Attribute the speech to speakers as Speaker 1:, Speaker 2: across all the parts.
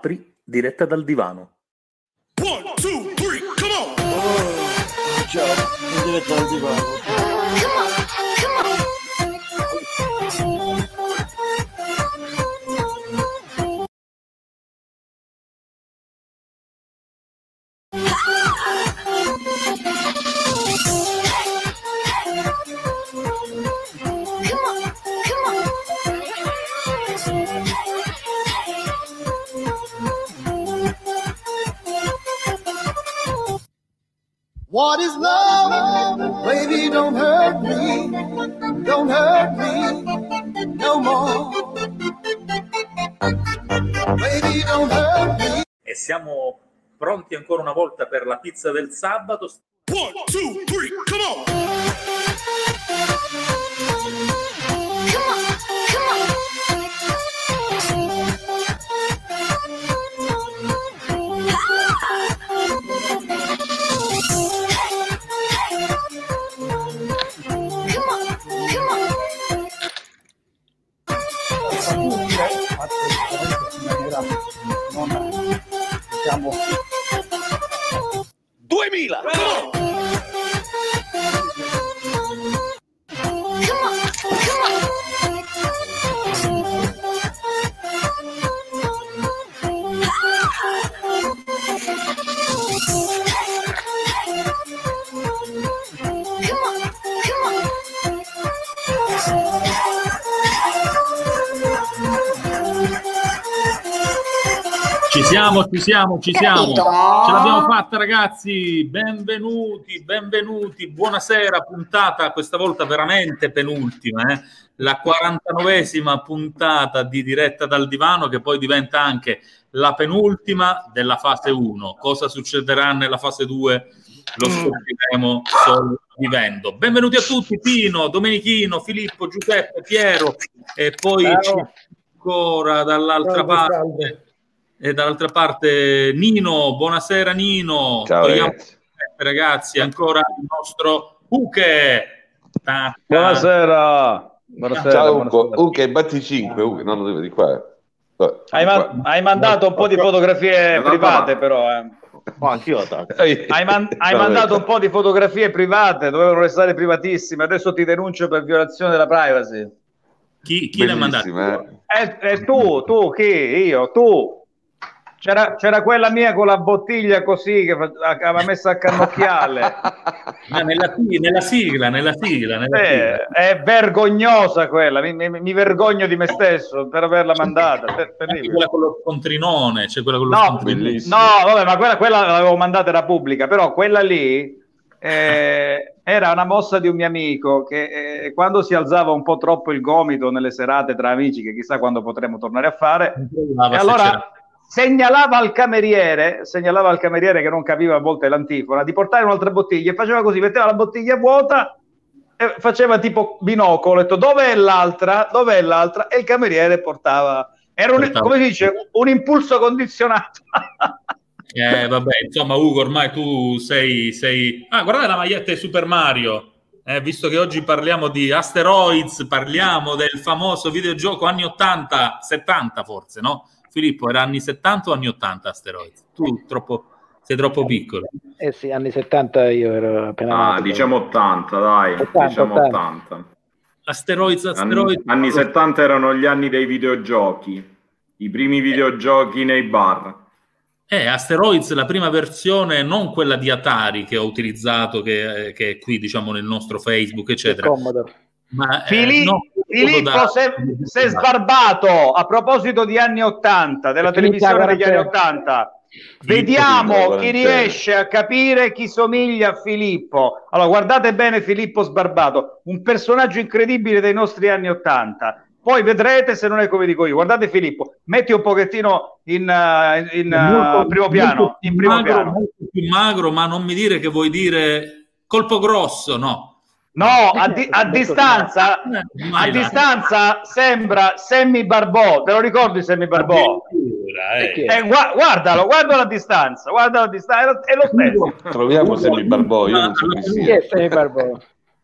Speaker 1: apri diretta dal divano.
Speaker 2: 1, 2, 3, come on!
Speaker 3: Ciao, in diretta dal divano.
Speaker 4: What is love? Baby, don't hurt me no more. Baby, don't hurt me.
Speaker 1: E siamo pronti ancora una volta per la pizza del sabato.
Speaker 2: 1, 2, 3, come on!
Speaker 3: Siamo
Speaker 2: 2000!
Speaker 1: Ci siamo. Ce l'abbiamo fatta, ragazzi. Benvenuti. Buonasera, puntata questa volta veramente penultima, la 49esima puntata di Diretta dal Divano, che poi diventa anche la penultima della fase 1. Cosa succederà nella fase 2 lo scopriremo solo vivendo. Benvenuti a tutti, Pino, Domenichino, Filippo, Giuseppe, Piero e poi ancora dall'altra parte. E dall'altra parte Nino, buonasera Nino.
Speaker 5: Ciao
Speaker 1: ragazzi, ancora il nostro Uche.
Speaker 5: Buonasera.
Speaker 6: Ciao Uche, batti 5, Uche, non lo devo di qua.
Speaker 5: Hai mandato un po' di fotografie private però.
Speaker 6: Anch'io
Speaker 5: hai mandato un po' di fotografie private, dovevano restare privatissime, adesso ti denuncio per violazione della privacy.
Speaker 1: Chi le ha mandate?
Speaker 5: Tu, chi? Io, tu. C'era quella mia con la bottiglia così che aveva messo a cannocchiale.
Speaker 1: nella sigla.
Speaker 5: È vergognosa quella, mi vergogno di me stesso per averla mandata.
Speaker 1: Quella con lo scontrinone,
Speaker 5: No, vabbè, ma quella l'avevo mandata, era pubblica, però quella lì era una mossa di un mio amico che quando si alzava un po' troppo il gomito nelle serate tra amici, che chissà quando potremo tornare a fare, e allora segnalava al cameriere che non capiva a volte l'antifona di portare un'altra bottiglia, e faceva così, metteva la bottiglia vuota e faceva tipo binocolo, ho detto dov'è l'altra, e il cameriere portava, come si dice, un impulso condizionato.
Speaker 1: Vabbè, insomma Ugo, ormai tu sei... guardate la maglietta di Super Mario, visto che oggi parliamo di Asteroids, parliamo del famoso videogioco anni 80, 70 forse, no? Filippo, era anni 70 o anni 80 Asteroids? Tu sei troppo piccolo.
Speaker 3: Sì, anni 70 io ero appena nato.
Speaker 6: Diciamo 80, dai. 80.
Speaker 1: Asteroids.
Speaker 6: Anni 70 erano gli anni dei videogiochi, i primi videogiochi nei bar.
Speaker 1: Asteroids, la prima versione, non quella di Atari che ho utilizzato, che è qui, diciamo, nel nostro Facebook, eccetera. Ma,
Speaker 5: Filippo, sei sbarbato. A proposito di anni 80, della televisione degli anni 80, vediamo chi riesce a capire chi somiglia a Filippo. Allora, guardate bene Filippo Sbarbato, un personaggio incredibile dei nostri anni 80. Poi vedrete se non è come dico io. Guardate Filippo, metti un pochettino in primo piano.
Speaker 1: Molto più magro, ma non mi dire che vuoi dire colpo grosso, no?
Speaker 5: No, a distanza sembra Sammy Barbò. Te lo ricordi Sammy Barbò? Guardalo a distanza, è lo stesso.
Speaker 6: Troviamo Sammy Barbò, io non so chi sia.
Speaker 3: Sammy Barbò?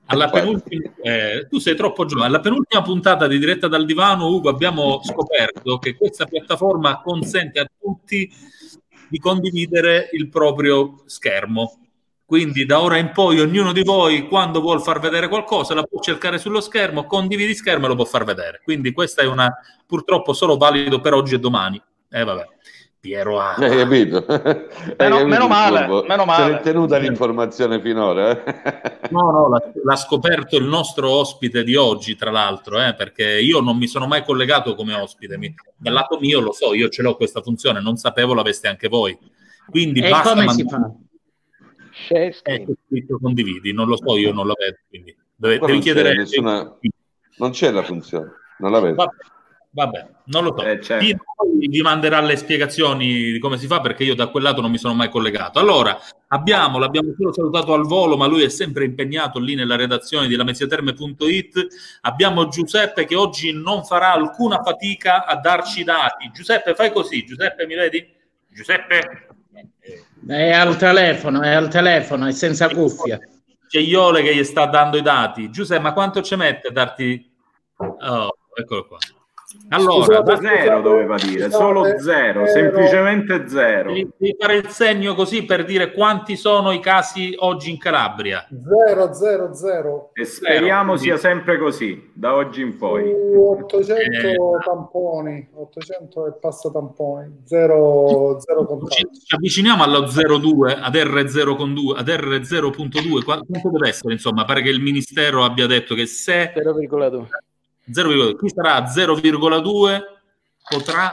Speaker 1: Alla penultima, tu sei troppo giovane. Alla penultima puntata di Diretta dal Divano, Ugo, abbiamo scoperto che questa piattaforma consente a tutti di condividere il proprio schermo. Quindi da ora in poi ognuno di voi, quando vuol far vedere qualcosa, la può cercare sullo schermo, condividi schermo e lo può far vedere. Quindi questa è una, purtroppo, solo valido per oggi e domani. Vabbè. Piero A.
Speaker 7: Hai capito?
Speaker 5: Meno male.
Speaker 7: Se l'è tenuta l'informazione finora.
Speaker 1: No, l'ha scoperto il nostro ospite di oggi, tra l'altro, perché io non mi sono mai collegato come ospite. Dal lato mio lo so, io ce l'ho questa funzione, non sapevo l'aveste anche voi. Quindi
Speaker 8: e
Speaker 1: basta
Speaker 8: come si fa?
Speaker 1: Scritto condividi, non lo so, io non la vedo, quindi devi chiedere.
Speaker 7: Non c'è la funzione, non la vedo.
Speaker 1: Vabbè, non lo so.
Speaker 6: Certo.
Speaker 1: Vi manderà le spiegazioni di come si fa, perché io da quel lato non mi sono mai collegato. Allora, l'abbiamo solo salutato al volo, ma lui è sempre impegnato lì nella redazione di lameziaterme.it. Abbiamo Giuseppe che oggi non farà alcuna fatica a darci i dati. Giuseppe, fai così. Giuseppe, mi vedi? Giuseppe?
Speaker 8: È al telefono, è senza cuffia.
Speaker 1: C'è Iole che gli sta dando i dati. Giuseppe, ma quanto ci mette a darti... Oh, eccolo qua. Allora,
Speaker 6: zero doveva dire, solo zero, semplicemente zero.
Speaker 1: Devi fare il segno così per dire quanti sono i casi oggi in Calabria.
Speaker 9: 0.
Speaker 6: E speriamo sia sempre così, da oggi in poi.
Speaker 9: 800 tamponi, 800 e passa tamponi, 0 contagi.
Speaker 1: Ci avviciniamo allo 0,2, ad R0,2, ad R0.2, quanto deve essere? Insomma, pare che il Ministero abbia detto che se...
Speaker 3: 0,2.
Speaker 1: Chi sarà 0,2 potrà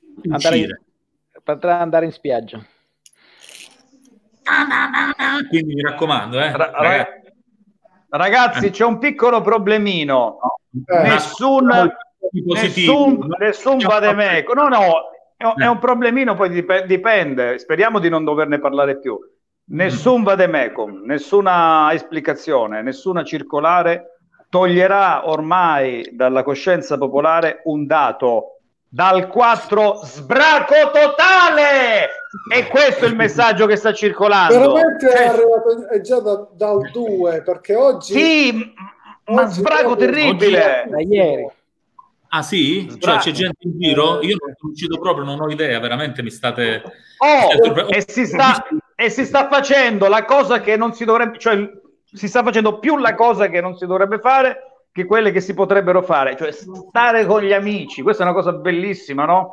Speaker 3: andare in spiaggia.
Speaker 1: Quindi mi raccomando,
Speaker 5: ragazzi, c'è un piccolo problemino. Nessun vademecum. È un problemino, poi dipende. Speriamo di non doverne parlare più. Nessun vademecum, nessuna esplicazione, nessuna circolare toglierà ormai dalla coscienza popolare un dato: dal 4 sbraco totale, e questo è il messaggio che sta circolando.
Speaker 9: Veramente è arrivato, è già dal 2, perché oggi
Speaker 5: ma sbraco terribile
Speaker 3: da ieri.
Speaker 1: Ah sì? Cioè c'è gente in giro? Io non sono uscito proprio, non ho idea, veramente mi state... e si sta facendo la cosa che non si dovrebbe, cioè si sta facendo più la cosa che non si dovrebbe fare che quelle che si potrebbero fare, cioè stare con gli amici. Questa è una cosa bellissima, no?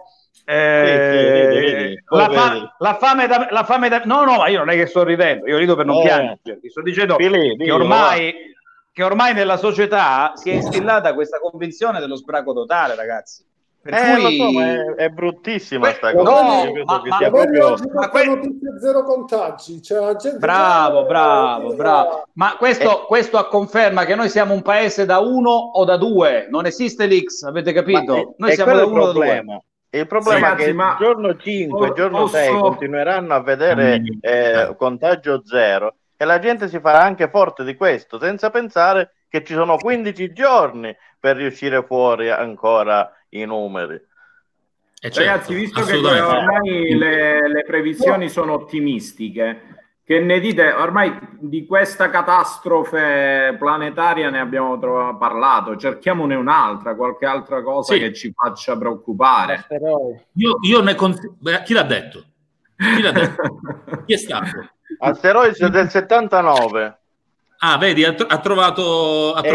Speaker 1: La fame da no, ma io non è che sto ridendo, io rido per non piangere, sto dicendo che ormai nella società si è instillata questa convinzione dello sbraco totale, ragazzi.
Speaker 10: Lo so, ma è bruttissima sta cosa.
Speaker 9: Ma notizie 0 contagi, cioè la gente
Speaker 5: bravo. Ma questo a conferma che noi siamo un paese da 1 o da 2, non esiste l'X, avete capito? Noi siamo da 1 o da 2.
Speaker 10: Il problema è che il giorno 5 e il giorno 6 continueranno a vedere contagio 0 e la gente si farà anche forte di questo, senza pensare che ci sono 15 giorni per riuscire fuori ancora i numeri.
Speaker 6: Ragazzi, visto che ormai le previsioni sono ottimistiche, che ne dite? Ormai di questa catastrofe planetaria ne abbiamo parlato, cerchiamone un'altra, qualche altra cosa che ci faccia preoccupare.
Speaker 1: Io ne chi l'ha detto? Chi è stato?
Speaker 10: Asteroidi del 79.
Speaker 1: Ah, vedi, ha trovato
Speaker 10: è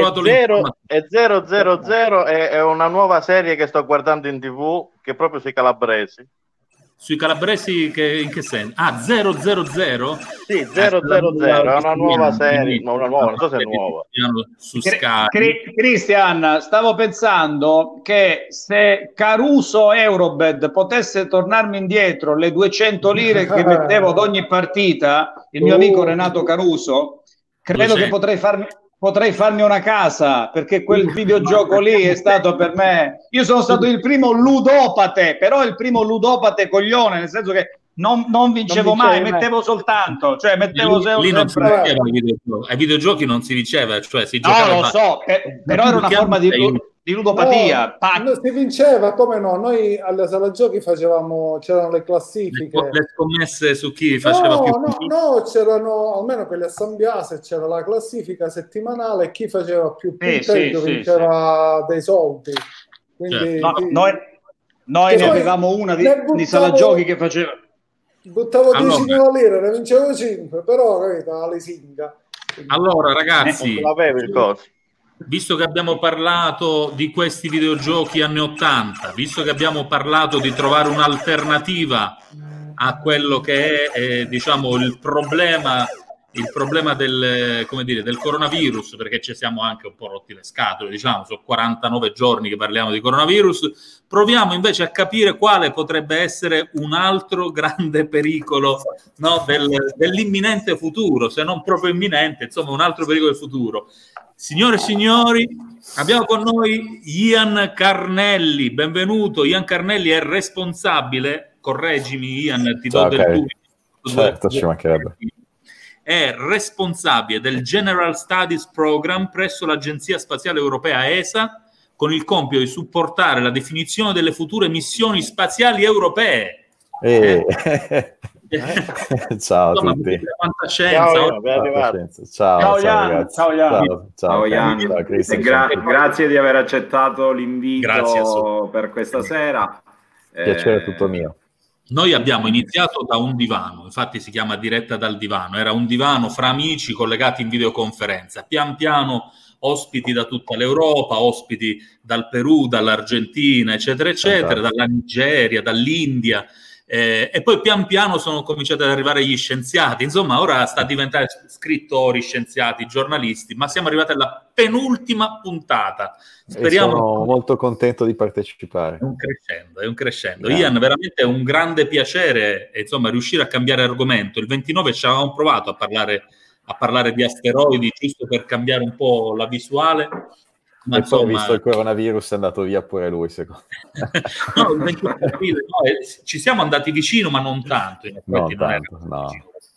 Speaker 10: 000, è una nuova serie che sto guardando in TV, che è proprio sui calabresi.
Speaker 1: Sui calabresi in che senso? Ah, 000?
Speaker 10: Sì, 000, è una nuova serie, non so se è nuova.
Speaker 1: Su Sky.
Speaker 5: Cristian, stavo pensando che se Caruso Eurobed potesse tornarmi indietro le 200 lire che mettevo ad ogni partita, il mio amico Renato Caruso, credo che potrei farmi una casa, perché quel videogioco lì è stato per me... Io sono stato il primo ludopate, però il primo ludopate coglione, nel senso che non vincevo mai, mettevo soltanto, cioè mettevo
Speaker 1: lì non si diceva ai videogiochi non si diceva, cioè si giocava.
Speaker 5: No, lo so, però era una forma di di ludopatia.
Speaker 9: Si vinceva, come no? Noi alla sala giochi c'erano le classifiche.
Speaker 1: Le scommesse su chi faceva più.
Speaker 9: No, c'erano, almeno quelle a San Biase, c'era la classifica settimanale e chi faceva più punteggio vinceva dei soldi. Quindi,
Speaker 5: noi ne avevamo una di sala giochi che faceva.
Speaker 9: Buttavo 10.000 lire, ne vincevo 5, però capito, la lesinga.
Speaker 1: Allora ragazzi,
Speaker 10: non l'avevi il coso.
Speaker 1: Visto che abbiamo parlato di questi videogiochi anni 80, visto che abbiamo parlato di trovare un'alternativa a quello che è diciamo il problema del, come dire, del coronavirus, perché ci siamo anche un po' rotti le scatole, diciamo, sono 49 giorni che parliamo di coronavirus, proviamo invece a capire quale potrebbe essere un altro grande pericolo, no, dell'imminente futuro, se non proprio imminente, insomma un altro pericolo del futuro. Signore e signori, abbiamo con noi Ian Carnelli, benvenuto. Ian Carnelli è responsabile, correggimi Ian, ti do del tu.
Speaker 11: Certo, ci mancherebbe.
Speaker 1: È responsabile del General Studies Program presso l'Agenzia Spaziale Europea ESA, con il compito di supportare la definizione delle future missioni spaziali europee.
Speaker 11: Ciao a tutti.
Speaker 5: Ciao Ian.
Speaker 6: Ciao Ian. Grazie di aver accettato l'invito per questa sera.
Speaker 11: Piacere tutto mio.
Speaker 1: Noi abbiamo iniziato da un divano, infatti si chiama Diretta dal divano, era un divano fra amici collegati in videoconferenza, pian piano ospiti da tutta l'Europa, ospiti dal Perù, dall'Argentina, eccetera, eccetera, dalla Nigeria, dall'India, e poi pian piano sono cominciati ad arrivare gli scienziati, insomma ora sta a diventare scrittori, scienziati, giornalisti, ma siamo arrivati alla penultima puntata. Speriamo.
Speaker 11: Sono molto contento di partecipare.
Speaker 1: È un crescendo. Ian, veramente è un grande piacere, insomma, riuscire a cambiare argomento. Il 29 ci avevamo provato a parlare di asteroidi, giusto per cambiare un po' la visuale. Ma
Speaker 11: e
Speaker 1: insomma,
Speaker 11: poi, visto il coronavirus, è andato via pure lui, secondo me.
Speaker 1: No, il 29 aprile, ci siamo andati vicino, ma non tanto. In effetti
Speaker 11: no.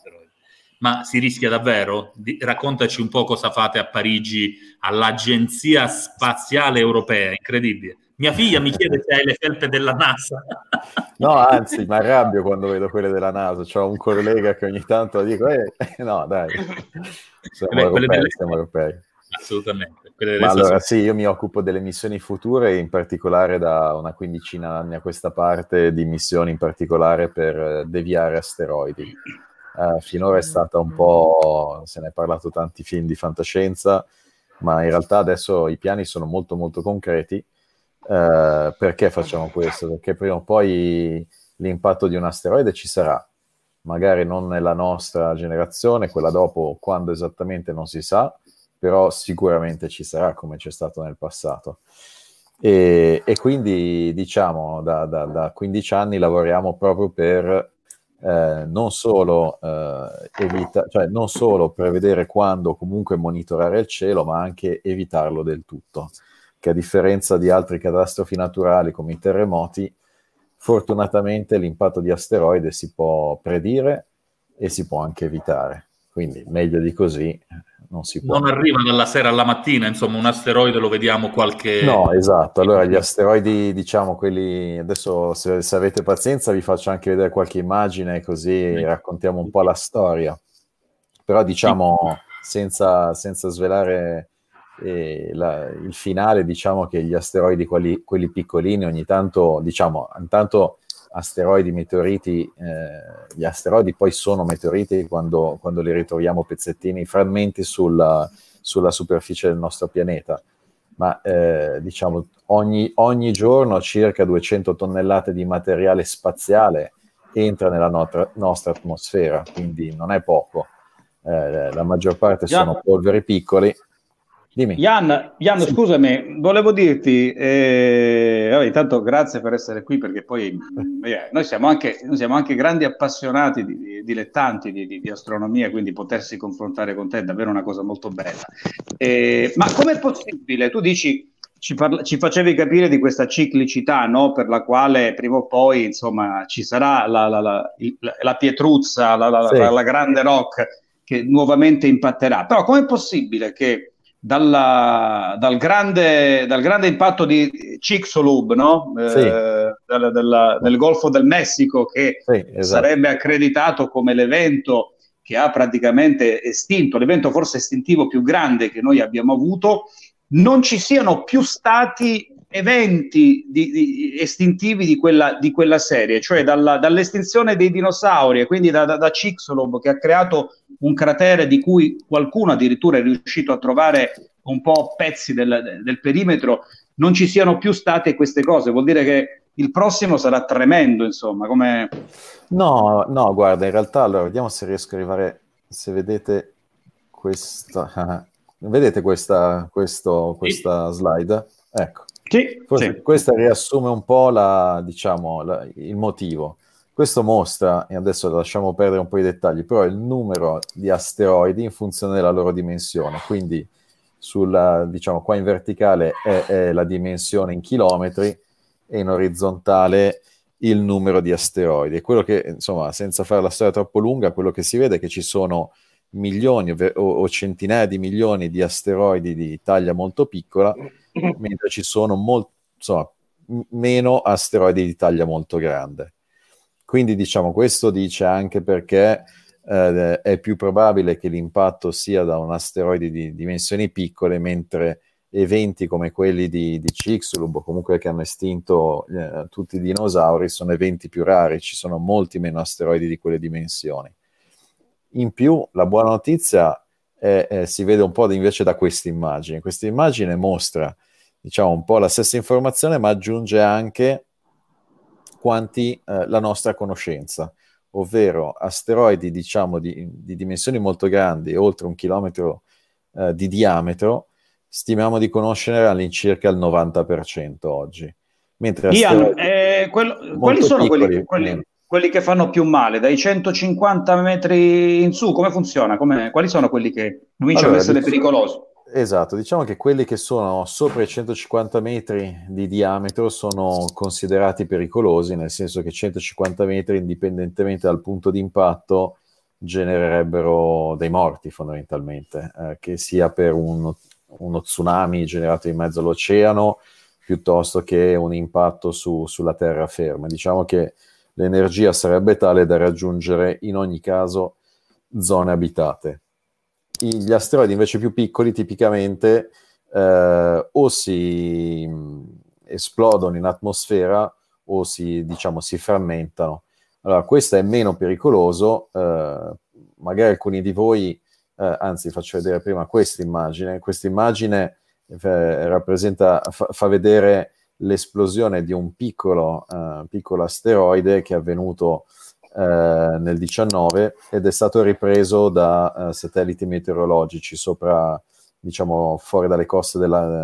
Speaker 1: Ma si rischia davvero? Raccontaci un po' cosa fate a Parigi all'Agenzia Spaziale Europea, incredibile. Mia figlia mi chiede se hai le felpe della NASA.
Speaker 11: No, anzi, mi arrabbio quando vedo quelle della NASA. C'ho un collega che ogni tanto dico, no dai, siamo europei.
Speaker 1: Assolutamente.
Speaker 11: Ma allora sì, io mi occupo delle missioni future, in particolare da una quindicina d'anni a questa parte di missioni in particolare per deviare asteroidi. Finora è stata un po', se ne è parlato tanti film di fantascienza, ma in realtà adesso i piani sono molto molto concreti. Perché facciamo questo? Perché prima o poi l'impatto di un asteroide ci sarà, magari non nella nostra generazione, quella dopo quando esattamente non si sa, però sicuramente ci sarà, come c'è stato nel passato. E quindi diciamo da 15 anni lavoriamo proprio per non solo non solo prevedere quando o comunque monitorare il cielo, ma anche evitarlo del tutto, che a differenza di altre catastrofi naturali come i terremoti, fortunatamente l'impatto di asteroide si può predire e si può anche evitare, quindi meglio di così non si può.
Speaker 1: Non arriva dalla sera alla mattina, insomma un asteroide lo vediamo qualche...
Speaker 11: No, esatto, allora gli asteroidi, diciamo quelli, adesso se avete pazienza vi faccio anche vedere qualche immagine così raccontiamo un po' la storia, però diciamo senza svelare il finale, diciamo che gli asteroidi, quelli piccolini, ogni tanto, diciamo, intanto asteroidi, meteoriti, gli asteroidi poi sono meteoriti quando li ritroviamo pezzettini, frammenti sulla superficie del nostro pianeta, ma diciamo ogni giorno circa 200 tonnellate di materiale spaziale entra nella nostra atmosfera, quindi non è poco, la maggior parte sono polveri piccoli. Dimmi.
Speaker 5: Ian, sì. Scusami, volevo dirti, intanto grazie per essere qui, perché poi noi siamo anche grandi appassionati, dilettanti di astronomia, quindi potersi confrontare con te è davvero una cosa molto bella. Ma com'è possibile? Tu dici, ci facevi capire di questa ciclicità, no? Per la quale prima o poi, insomma, ci sarà la pietruzza, la grande rock che nuovamente impatterà. Però com'è possibile che dal grande impatto di Chicxulub, no? Del Golfo del Messico, che esatto, sarebbe accreditato come l'evento che ha praticamente estinto, l'evento forse estintivo più grande che noi abbiamo avuto, non ci siano più stati eventi estintivi di quella serie, cioè dall'estinzione dei dinosauri e quindi da Chicxulub, che ha creato un cratere di cui qualcuno addirittura è riuscito a trovare un po' pezzi del perimetro, non ci siano più state queste cose. Vuol dire che il prossimo sarà tremendo, insomma. Come...
Speaker 11: No, guarda, in realtà, allora, vediamo se riesco a arrivare, se vedete questa... Vedete questa slide? Ecco.
Speaker 5: Sì.
Speaker 11: Questa riassume un po' il motivo. Questo mostra, e adesso lasciamo perdere un po' i dettagli, però il numero di asteroidi in funzione della loro dimensione. Quindi qua in verticale è la dimensione in chilometri e in orizzontale il numero di asteroidi. E quello che, insomma, senza fare la storia troppo lunga, quello che si vede è che ci sono milioni o centinaia di milioni di asteroidi di taglia molto piccola, mentre ci sono meno asteroidi di taglia molto grande. Quindi questo dice anche perché è più probabile che l'impatto sia da un asteroide di dimensioni piccole, mentre eventi come quelli di Chicxulub, o comunque che hanno estinto tutti i dinosauri, sono eventi più rari, ci sono molti meno asteroidi di quelle dimensioni. In più, la buona notizia si vede un po' invece da questa immagine. Questa immagine mostra, un po' la stessa informazione, ma aggiunge anche quanti la nostra conoscenza, ovvero asteroidi, di dimensioni molto grandi, oltre 1 chilometro di diametro, stimiamo di conoscere all'incirca il 90% oggi. Mentre
Speaker 5: Ian, quali sono quelli che fanno più male, dai 150 metri in su, come funziona? Quali sono quelli che cominciano ad essere pericolosi?
Speaker 11: Esatto, diciamo che quelli che sono sopra i 150 metri di diametro sono considerati pericolosi, nel senso che 150 metri, indipendentemente dal punto di impatto, genererebbero dei morti fondamentalmente, che sia per uno tsunami generato in mezzo all'oceano, piuttosto che un impatto sulla terraferma. Diciamo che l'energia sarebbe tale da raggiungere in ogni caso zone abitate. Gli asteroidi invece più piccoli tipicamente o si esplodono in atmosfera o si frammentano. Allora, questo è meno pericoloso, magari alcuni di voi, anzi faccio vedere prima questa immagine fa vedere l'esplosione di un piccolo asteroide che è avvenuto nel 19 ed è stato ripreso da satelliti meteorologici sopra, fuori dalle coste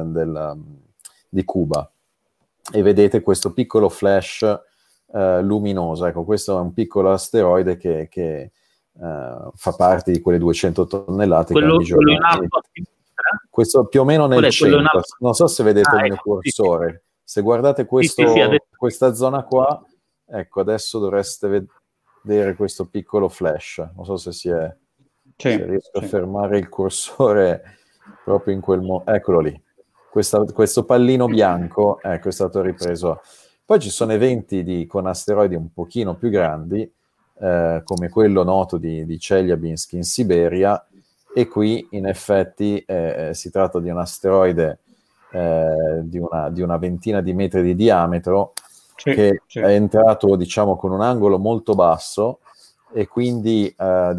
Speaker 11: di Cuba, e vedete questo piccolo flash luminoso. Ecco, questo è un piccolo asteroide che fa parte di quelle 200 tonnellate
Speaker 1: quello in alto,
Speaker 11: questo più o meno nel centro. Non so se vedete il mio cursore. Se guardate questa zona qua, ecco, adesso dovreste vedere questo piccolo flash. Non so se se riesco a fermare il cursore proprio in quel momento. Eccolo lì. Questo pallino bianco, ecco, è stato ripreso. Poi ci sono eventi con asteroidi un pochino più grandi, come quello noto di Chelyabinsk in Siberia, e qui in effetti si tratta di un asteroide di una ventina di metri di diametro, che è entrato con un angolo molto basso e quindi ha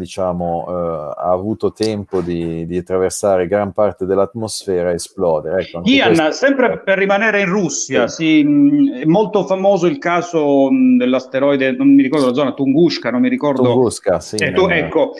Speaker 11: avuto tempo di attraversare gran parte dell'atmosfera e esplodere. Ecco,
Speaker 5: Ian, sempre per rimanere in Russia, è molto famoso il caso dell'asteroide, non mi ricordo la zona, Tunguska, non mi ricordo.
Speaker 11: Tunguska, sì.
Speaker 5: Ecco,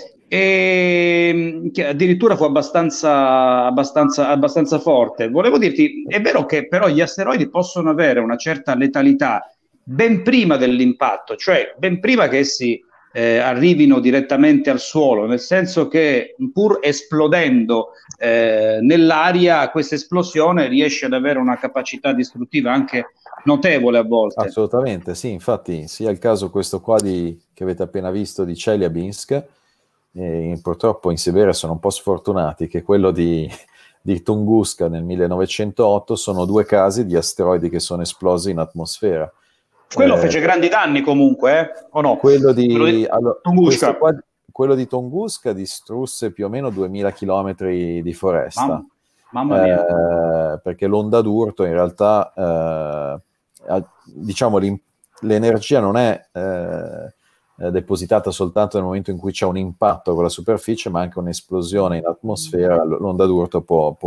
Speaker 5: e che addirittura fu abbastanza forte. Volevo dirti, è vero che però gli asteroidi possono avere una certa letalità ben prima dell'impatto, cioè ben prima che essi arrivino direttamente al suolo, nel senso che pur esplodendo nell'aria, questa esplosione riesce ad avere una capacità distruttiva anche notevole a volte.
Speaker 11: Assolutamente, sì, infatti sia il caso questo qua che avete appena visto di Chelyabinsk, purtroppo in Siberia sono un po' sfortunati, che quello di di Tunguska nel 1908 sono 2 casi di asteroidi che sono esplosi in atmosfera.
Speaker 12: Quello fece grandi danni comunque, o no?
Speaker 11: Quello di
Speaker 12: Tunguska.
Speaker 11: Quello di Tunguska distrusse più o meno 2000 chilometri di foresta.
Speaker 12: Mamma mia.
Speaker 11: Perché l'onda d'urto in realtà, diciamo, l'energia non è depositata soltanto nel momento in cui c'è un impatto con la superficie, ma anche un'esplosione in atmosfera. L'onda d'urto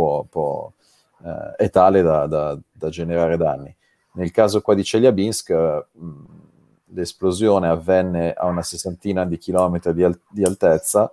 Speaker 11: è tale da generare danni. Nel caso qua di Chelyabinsk, l'esplosione avvenne a una 60 di chilometri di altezza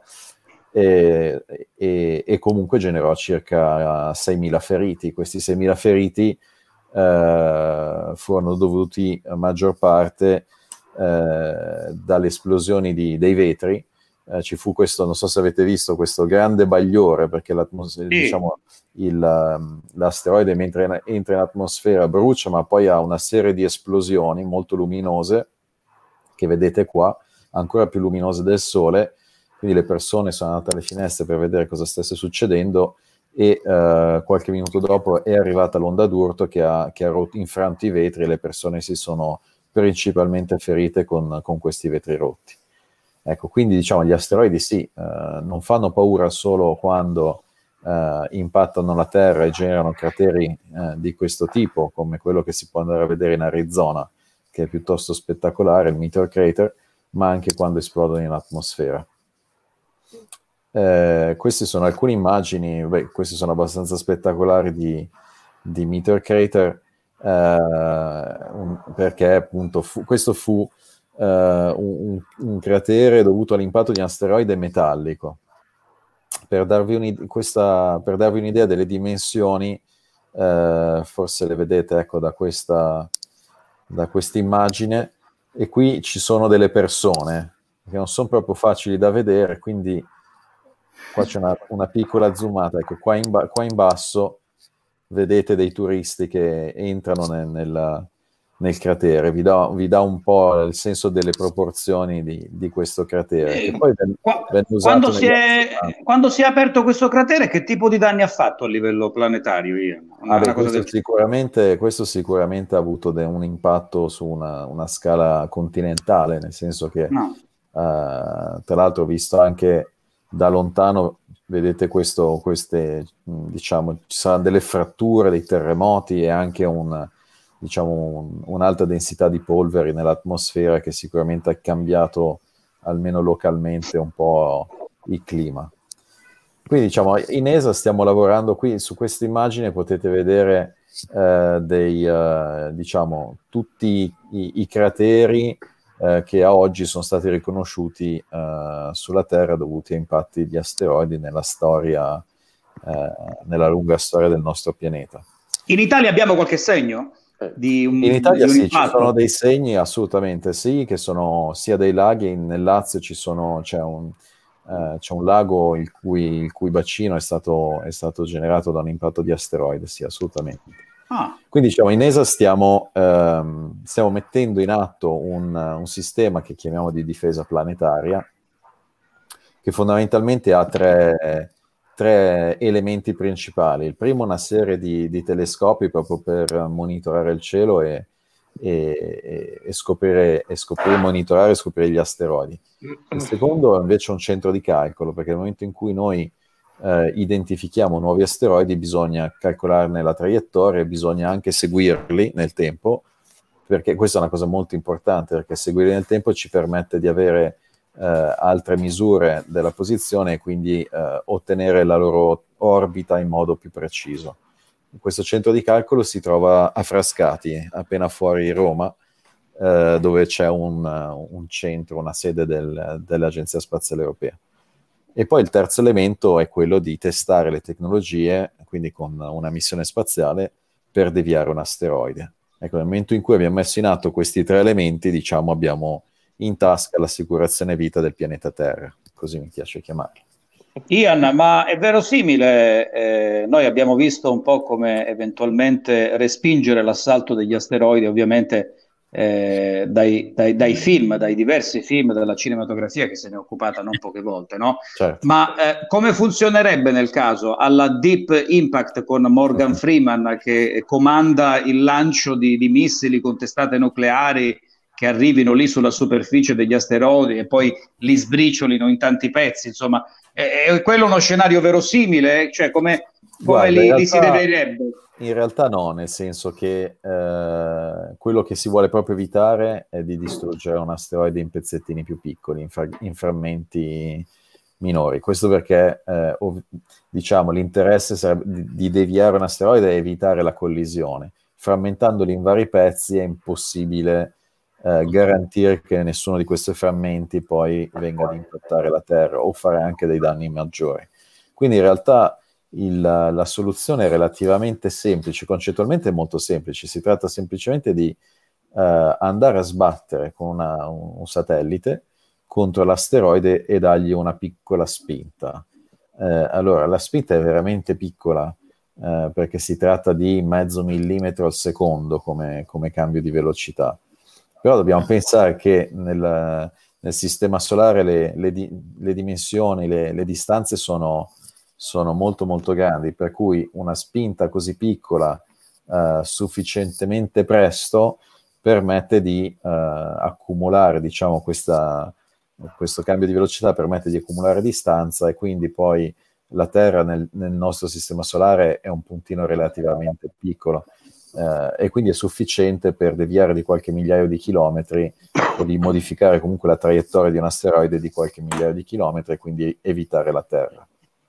Speaker 11: e comunque generò circa 6.000 feriti. Questi 6.000 feriti furono dovuti a maggior parte dalle esplosioni dei vetri. Ci fu questo, non so se avete visto, questo grande bagliore, perché diciamo, l'asteroide mentre entra in atmosfera brucia, ma poi ha una serie di esplosioni molto luminose che vedete qua, ancora più luminose del Sole. Quindi le persone sono andate alle finestre per vedere cosa stesse succedendo e qualche minuto dopo è arrivata l'onda d'urto che ha infranto i vetri e le persone si sono principalmente ferite con questi vetri rotti. Ecco, quindi diciamo gli asteroidi non fanno paura solo quando impattano la Terra e generano crateri di questo tipo, come quello che si può andare a vedere in Arizona, che è piuttosto spettacolare, il Meteor Crater, ma anche quando esplodono in atmosfera. Queste sono alcune immagini, queste sono abbastanza spettacolari di Meteor Crater, perché appunto questo fu un cratere dovuto all'impatto di un asteroide metallico. Per darvi un'idea delle dimensioni, forse le vedete, ecco, da questa immagine, e qui ci sono delle persone che non sono proprio facili da vedere, quindi qua c'è una piccola zoomata. Ecco, qua in basso vedete dei turisti che entrano nel cratere, vi dà un po' il senso delle proporzioni di questo cratere. Che poi
Speaker 12: quando si è aperto questo cratere, che tipo di danni ha fatto a livello planetario?
Speaker 11: Questo sicuramente ha avuto un impatto su una scala continentale, nel senso che tra l'altro, visto anche da lontano, vedete queste, diciamo, ci saranno delle fratture, dei terremoti e anche un'alta densità di polveri nell'atmosfera che sicuramente ha cambiato, almeno localmente, un po' il clima. Quindi diciamo, in ESA stiamo lavorando qui, su questa immagine potete vedere diciamo, tutti i crateri che a oggi sono stati riconosciuti sulla Terra dovuti a impatti di asteroidi nella lunga storia del nostro pianeta.
Speaker 12: In Italia abbiamo qualche segno?
Speaker 11: In Italia sì, ci sono dei segni, assolutamente sì, che sono sia dei laghi. Nel Lazio c'è un lago il cui bacino è stato generato da un impatto di asteroide, sì, assolutamente. Quindi diciamo, in ESA stiamo mettendo in atto un sistema che chiamiamo di difesa planetaria, che fondamentalmente ha tre elementi principali. Il primo, una serie di telescopi proprio per monitorare il cielo e monitorare e scoprire gli asteroidi. Il secondo è invece un centro di calcolo, perché nel momento in cui noi identifichiamo nuovi asteroidi bisogna calcolarne la traiettoria e bisogna anche seguirli nel tempo, perché questa è una cosa molto importante, perché seguirli nel tempo ci permette di avere altre misure della posizione e quindi ottenere la loro orbita in modo più preciso. Questo centro di calcolo si trova a Frascati, appena fuori Roma, dove c'è un centro, una sede dell'Agenzia Spaziale Europea. E poi il terzo elemento è quello di testare le tecnologie, quindi con una missione spaziale, per deviare un asteroide. Ecco, nel momento in cui abbiamo messo in atto questi tre elementi, diciamo, abbiamo in tasca l'assicurazione vita del pianeta Terra, così mi piace chiamarlo.
Speaker 12: Ian, ma è verosimile, noi abbiamo visto un po' come eventualmente respingere l'assalto degli asteroidi, ovviamente dai film, dai diversi film della cinematografia che se ne è occupata non poche volte, no?
Speaker 11: Certo.
Speaker 12: Ma come funzionerebbe nel caso alla Deep Impact con Morgan Freeman che comanda il lancio di missili con testate nucleari che arrivino lì sulla superficie degli asteroidi e poi li sbriciolino in tanti pezzi, insomma, è quello uno scenario verosimile? Cioè come li si vedrebbe?
Speaker 11: In realtà no, nel senso che quello che si vuole proprio evitare è di distruggere un asteroide in pezzettini più piccoli, in frammenti minori. Questo perché diciamo l'interesse sarebbe di deviare un asteroide e evitare la collisione. Frammentandoli in vari pezzi è impossibile garantire che nessuno di questi frammenti poi venga ad impattare la Terra o fare anche dei danni maggiori. Quindi in realtà la soluzione è relativamente semplice, concettualmente è molto semplice, si tratta semplicemente di andare a sbattere con un satellite contro l'asteroide e dargli una piccola spinta. Allora, la spinta è veramente piccola perché si tratta di mezzo millimetro al secondo come cambio di velocità, però dobbiamo pensare che nel sistema solare le dimensioni, le distanze sono molto molto grandi, per cui una spinta così piccola sufficientemente presto permette di accumulare, diciamo, questo cambio di velocità permette di accumulare distanza e quindi poi la Terra nel nostro sistema solare è un puntino relativamente piccolo e quindi è sufficiente per deviare di qualche migliaio di chilometri o di modificare comunque la traiettoria di un asteroide di qualche migliaio di chilometri e quindi evitare la Terra.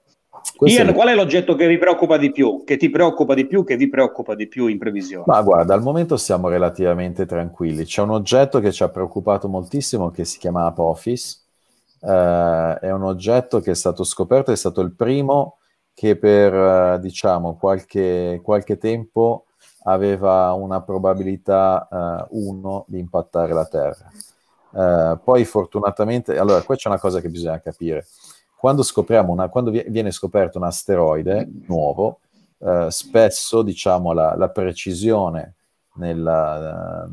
Speaker 12: Ian, qual è l'oggetto che vi preoccupa di più, che ti preoccupa di più, che vi preoccupa di più in previsione?
Speaker 11: Ma guarda, al momento siamo relativamente tranquilli. C'è un oggetto che ci ha preoccupato moltissimo che si chiama Apophis. È un oggetto che è stato scoperto, è stato il primo che per diciamo qualche tempo aveva una probabilità 1 di impattare la Terra. Poi fortunatamente, allora qua c'è una cosa che bisogna capire. Quando viene scoperto un asteroide nuovo, spesso diciamo la precisione nella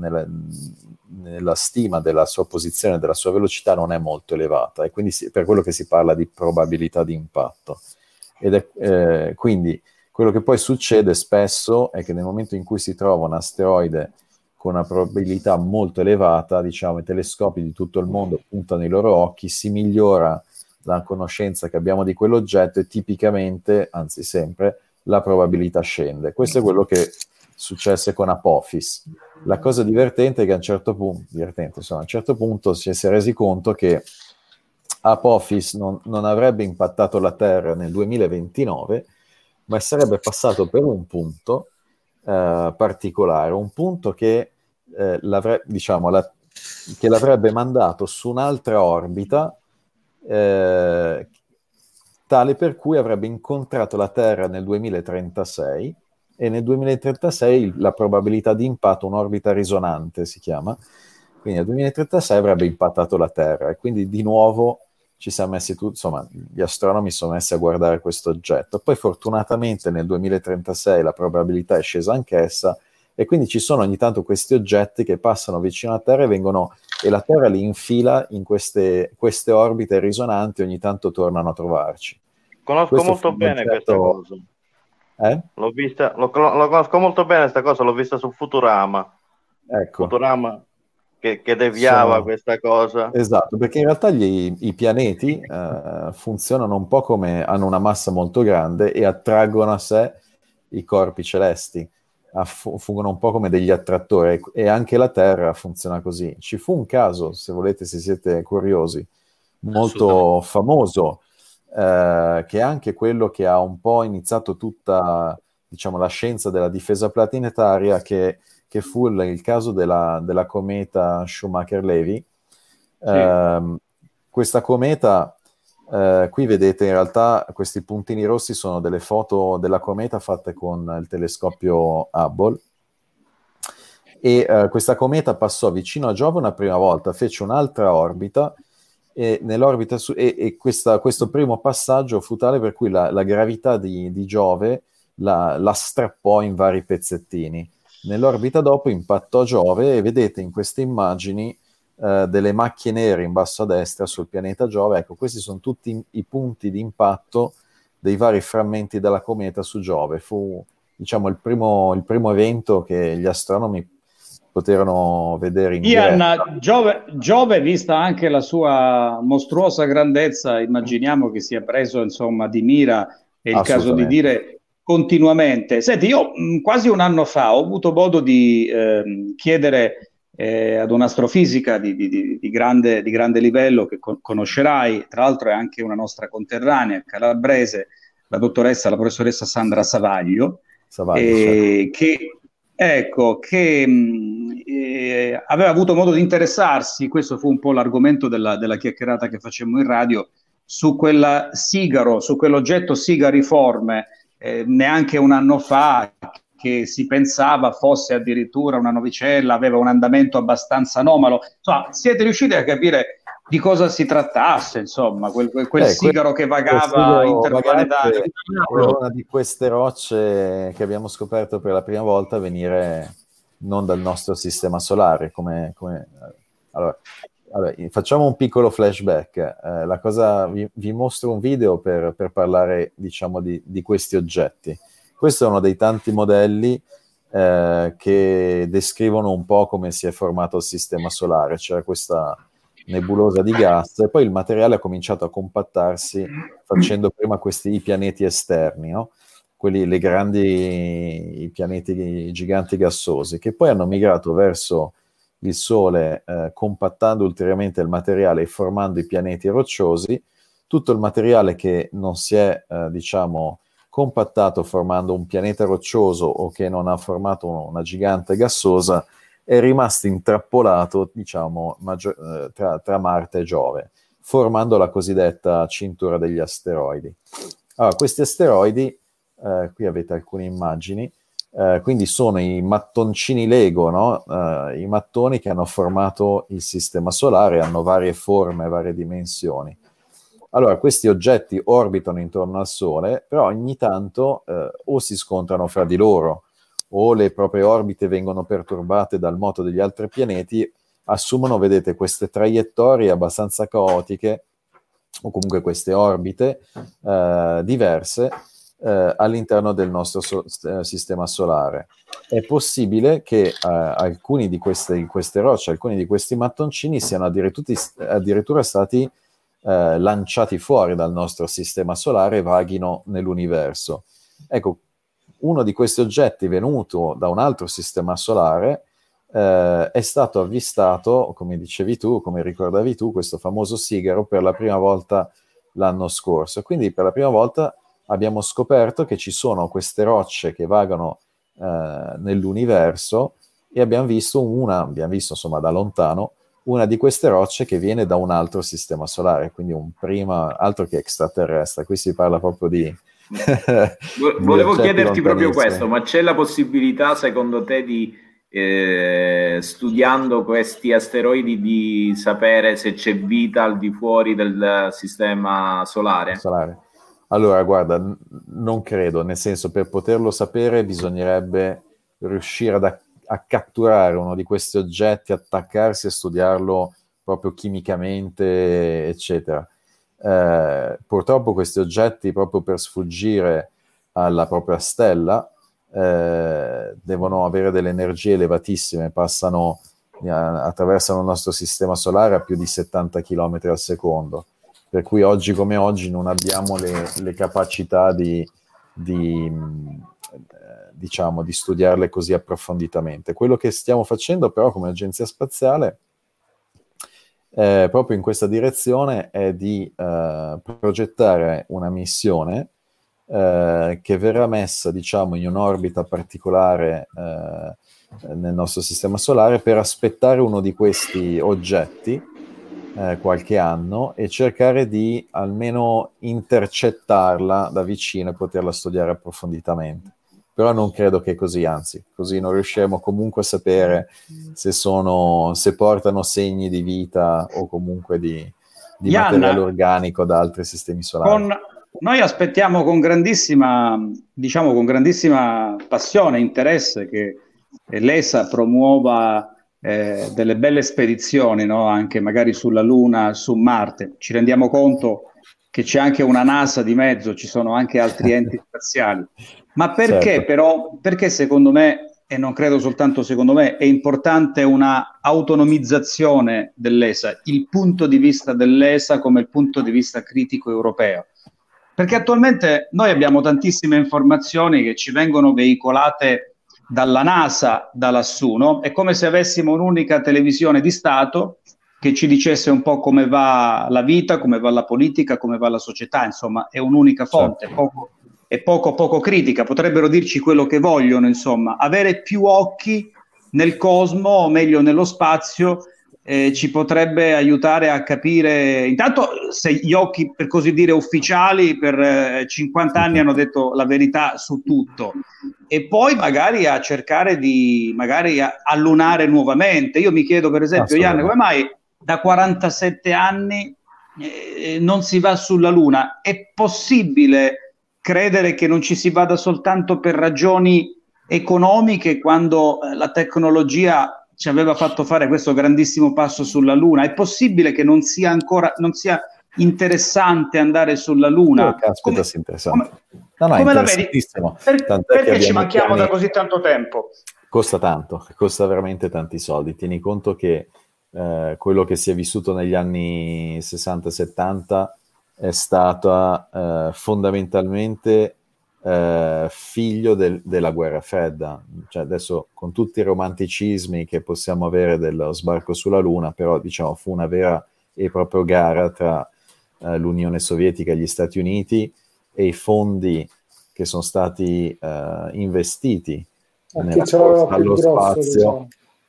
Speaker 11: stima della sua posizione, della sua velocità non è molto elevata e quindi per quello che si parla di probabilità di impatto. Quindi quello che poi succede spesso è che nel momento in cui si trova un asteroide con una probabilità molto elevata, diciamo i telescopi di tutto il mondo puntano i loro occhi, si migliora la conoscenza che abbiamo di quell'oggetto e tipicamente, anzi sempre, la probabilità scende. Questo è quello che successe con Apophis. La cosa divertente è che a un certo punto si è resi conto che Apophis non avrebbe impattato la Terra nel 2029, ma sarebbe passato per un punto particolare, un punto che l'avrebbe mandato su un'altra orbita tale per cui avrebbe incontrato la Terra nel 2036 e nel 2036 la probabilità di impatto, un'orbita risonante si chiama, quindi nel 2036 avrebbe impattato la Terra e quindi di nuovo ci siamo messi gli astronomi sono messi a guardare questo oggetto. Poi fortunatamente nel 2036 la probabilità è scesa anch'essa e quindi ci sono ogni tanto questi oggetti che passano vicino alla Terra e la Terra li infila in queste orbite risonanti, ogni tanto tornano a trovarci.
Speaker 10: Conosco molto bene questa cosa. Lo conosco molto bene questa cosa, l'ho vista su Futurama.
Speaker 11: Ecco.
Speaker 10: Futurama che deviava questa cosa.
Speaker 11: Esatto, perché in realtà i pianeti funzionano un po' come hanno una massa molto grande e attraggono a sé i corpi celesti. Fungono un po' come degli attrattori e anche la Terra funziona così. Ci fu un caso, se volete, se siete curiosi, molto famoso, che è anche quello che ha un po' iniziato tutta, diciamo, la scienza della difesa planetaria, che fu il caso della cometa Schumacher-Levy. Questa cometa, qui vedete in realtà questi puntini rossi sono delle foto della cometa fatte con il telescopio Hubble e questa cometa passò vicino a Giove una prima volta, fece un'altra orbita e nell'orbita questo primo passaggio fu tale per cui la gravità di Giove la strappò in vari pezzettini Nell'orbita dopo impattò Giove e vedete in queste immagini delle macchie nere in basso a destra sul pianeta Giove. Ecco, questi sono tutti i punti di impatto dei vari frammenti della cometa su Giove. Fu, diciamo, il primo evento che gli astronomi poterono vedere in diretta.
Speaker 12: Giove, vista anche la sua mostruosa grandezza, immaginiamo che sia preso, insomma, di mira, è il caso di dire, continuamente. Senti, io quasi un anno fa ho avuto modo di chiedere ad un'astrofisica di grande livello che conoscerai, tra l'altro è anche una nostra conterranea calabrese, la professoressa Sandra Savaglio, che aveva avuto modo di interessarsi, questo fu un po' l'argomento della chiacchierata che facemmo in radio, su quella Sigaro, su quell'oggetto Sigariforme, neanche un anno fa, che si pensava fosse addirittura una navicella, aveva un andamento abbastanza anomalo. Insomma, siete riusciti a capire di cosa si trattasse, insomma, quel sigaro che vagava interplanetario?
Speaker 11: È una di queste rocce che abbiamo scoperto per la prima volta venire non dal nostro sistema solare. Allora, facciamo un piccolo flashback. Vi mostro un video per parlare, diciamo, di questi oggetti. Questo è uno dei tanti modelli che descrivono un po' come si è formato il sistema solare. C'era questa nebulosa di gas e poi il materiale ha cominciato a compattarsi facendo prima i pianeti esterni, no? I pianeti giganti gassosi, che poi hanno migrato verso il Sole compattando ulteriormente il materiale e formando i pianeti rocciosi. Tutto il materiale che non si è, diciamo, compattato formando un pianeta roccioso o che non ha formato una gigante gassosa è rimasto intrappolato, diciamo, tra Marte e Giove, formando la cosiddetta cintura degli asteroidi. Allora, questi asteroidi, qui avete alcune immagini, quindi sono i mattoncini Lego, no? I mattoni che hanno formato il sistema solare, hanno varie forme, varie dimensioni. Allora, questi oggetti orbitano intorno al Sole, però ogni tanto o si scontrano fra di loro, o le proprie orbite vengono perturbate dal moto degli altri pianeti, assumono, vedete, queste traiettorie abbastanza caotiche, o comunque queste orbite diverse all'interno del nostro sistema solare. È possibile che alcuni di queste rocce, alcuni di questi mattoncini siano addirittura stati lanciati fuori dal nostro sistema solare e vaghino nell'universo. Ecco, uno di questi oggetti venuto da un altro sistema solare è stato avvistato, come dicevi tu, come ricordavi tu, questo famoso Sigaro per la prima volta l'anno scorso. Quindi per la prima volta abbiamo scoperto che ci sono queste rocce che vagano nell'universo e abbiamo visto insomma da lontano una di queste rocce che viene da un altro sistema solare, quindi altro che extraterrestre. Qui si parla proprio di
Speaker 6: volevo chiederti proprio questo, ma c'è la possibilità secondo te di studiando questi asteroidi di sapere se c'è vita al di fuori del sistema solare?
Speaker 11: Allora, guarda, non credo, nel senso, per poterlo sapere bisognerebbe riuscire a catturare uno di questi oggetti, attaccarsi e studiarlo proprio chimicamente, eccetera. Purtroppo questi oggetti, proprio per sfuggire alla propria stella, devono avere delle energie elevatissime, attraversano il nostro sistema solare a più di 70 km al secondo, per cui oggi come oggi non abbiamo le capacità diciamo, di studiarle così approfonditamente. Quello che stiamo facendo però come agenzia spaziale proprio in questa direzione è di progettare una missione che verrà messa, diciamo, in un'orbita particolare nel nostro sistema solare per aspettare uno di questi oggetti qualche anno e cercare di almeno intercettarla da vicino e poterla studiare approfonditamente. Però non credo che così, anzi, così non riusciremo comunque a sapere se portano segni di vita o comunque di materiale organico da altri sistemi solari.
Speaker 12: Noi aspettiamo con grandissima passione e interesse che l'ESA promuova delle belle spedizioni, no? Anche magari sulla Luna, su Marte. Ci rendiamo conto che c'è anche una NASA di mezzo, ci sono anche altri enti spaziali. Ma perché
Speaker 11: Certo.
Speaker 12: però, perché secondo me, e non credo soltanto secondo me, è importante una autonomizzazione dell'ESA, il punto di vista dell'ESA come il punto di vista critico europeo? Perché attualmente noi abbiamo tantissime informazioni che ci vengono veicolate dalla NASA, da lassù, no? È come se avessimo un'unica televisione di Stato che ci dicesse un po' come va la vita, come va la politica, come va la società, insomma, è un'unica fonte,
Speaker 11: Certo.
Speaker 12: poco critica, potrebbero dirci quello che vogliono, insomma. Avere più occhi nel cosmo, o meglio nello spazio, ci potrebbe aiutare a capire, intanto, se gli occhi, per così dire, ufficiali per 50 anni hanno detto la verità su tutto, e poi magari a cercare di allunare nuovamente. Io mi chiedo, per esempio, Ian, come mai da 47 anni non si va sulla Luna? È possibile credere che non ci si vada soltanto per ragioni economiche, quando la tecnologia ci aveva fatto fare questo grandissimo passo sulla Luna? È possibile che non sia interessante andare sulla Luna?
Speaker 11: Caspita, sì, interessante.
Speaker 12: Come la vedi? Perché ci manchiamo da così tanto tempo?
Speaker 11: Costa tanto, costa veramente tanti soldi. Tieni conto che quello che si è vissuto negli anni 60-70 è stata fondamentalmente figlio della guerra fredda. Cioè, adesso, con tutti i romanticismi che possiamo avere dello sbarco sulla Luna, però diciamo fu una vera e propria gara tra l'Unione Sovietica e gli Stati Uniti, e i fondi che sono stati investiti allo spazio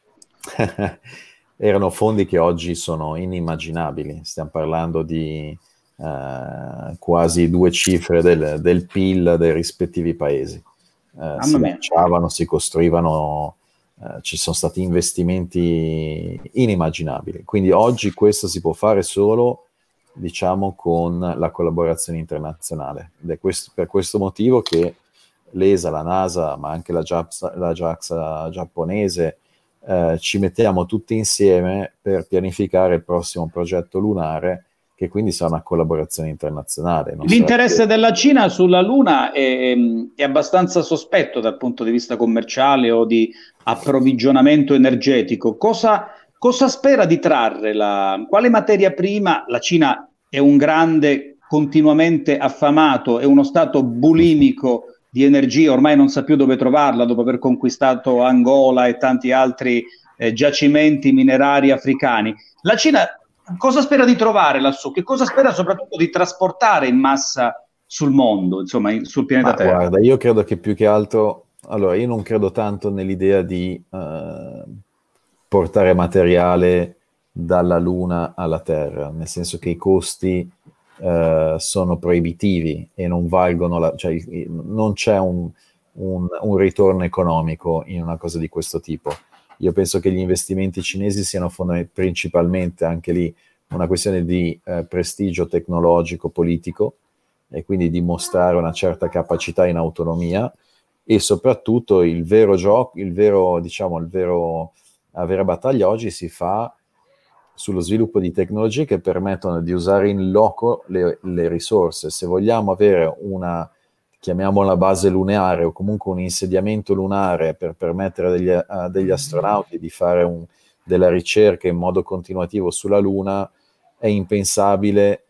Speaker 11: erano fondi che oggi sono inimmaginabili. Stiamo parlando di quasi 2 cifre del PIL dei rispettivi paesi. Si lanciavano, si costruivano, ci sono stati investimenti inimmaginabili. Quindi oggi questo si può fare solo, diciamo, con la collaborazione internazionale. Ed è per questo motivo che l'ESA, la NASA, ma anche la JAXA giapponese, ci mettiamo tutti insieme per pianificare il prossimo progetto lunare, che quindi sarà una collaborazione internazionale.
Speaker 12: L'interesse della Cina sulla Luna è abbastanza sospetto dal punto di vista commerciale o di approvvigionamento energetico. Cosa spera di trarre? Quale materia prima? La Cina è un grande, continuamente affamato, è uno stato bulimico di energia, ormai non sa più dove trovarla dopo aver conquistato Angola e tanti altri giacimenti minerari africani. La Cina cosa spera di trovare lassù? Che cosa spera soprattutto di trasportare in massa sul mondo, insomma, sul pianeta Terra?
Speaker 11: Guarda, io credo che più che altro, allora, io non credo tanto nell'idea di portare materiale dalla Luna alla Terra, nel senso che i costi sono proibitivi e non valgono, cioè non c'è un ritorno economico in una cosa di questo tipo. Io penso che gli investimenti cinesi siano principalmente anche lì una questione di prestigio tecnologico, politico, e quindi dimostrare una certa capacità in autonomia, e soprattutto la vera battaglia oggi si fa sullo sviluppo di tecnologie che permettono di usare in loco le risorse. Se vogliamo avere chiamiamola base lunare, o comunque un insediamento lunare per permettere degli astronauti di fare della ricerca in modo continuativo sulla Luna, è impensabile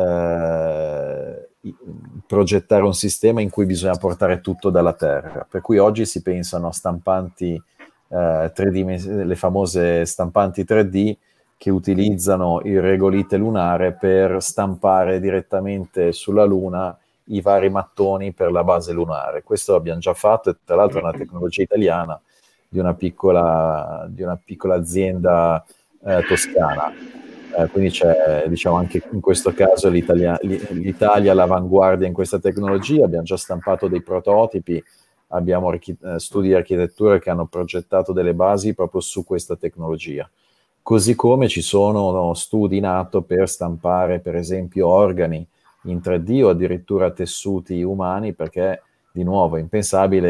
Speaker 11: progettare un sistema in cui bisogna portare tutto dalla Terra. Per cui oggi si pensano a stampanti 3D, le famose stampanti 3D, che utilizzano il regolite lunare per stampare direttamente sulla Luna i vari mattoni per la base lunare. Questo l'abbiamo già fatto, e tra l'altro è una tecnologia italiana di una piccola azienda toscana. Quindi c'è, diciamo, anche in questo caso l'Italia all'avanguardia in questa tecnologia. Abbiamo già stampato dei prototipi, abbiamo studi di architettura che hanno progettato delle basi proprio su questa tecnologia. Così come ci sono studi in atto per stampare, per esempio, organi in 3D o addirittura tessuti umani, perché di nuovo è impensabile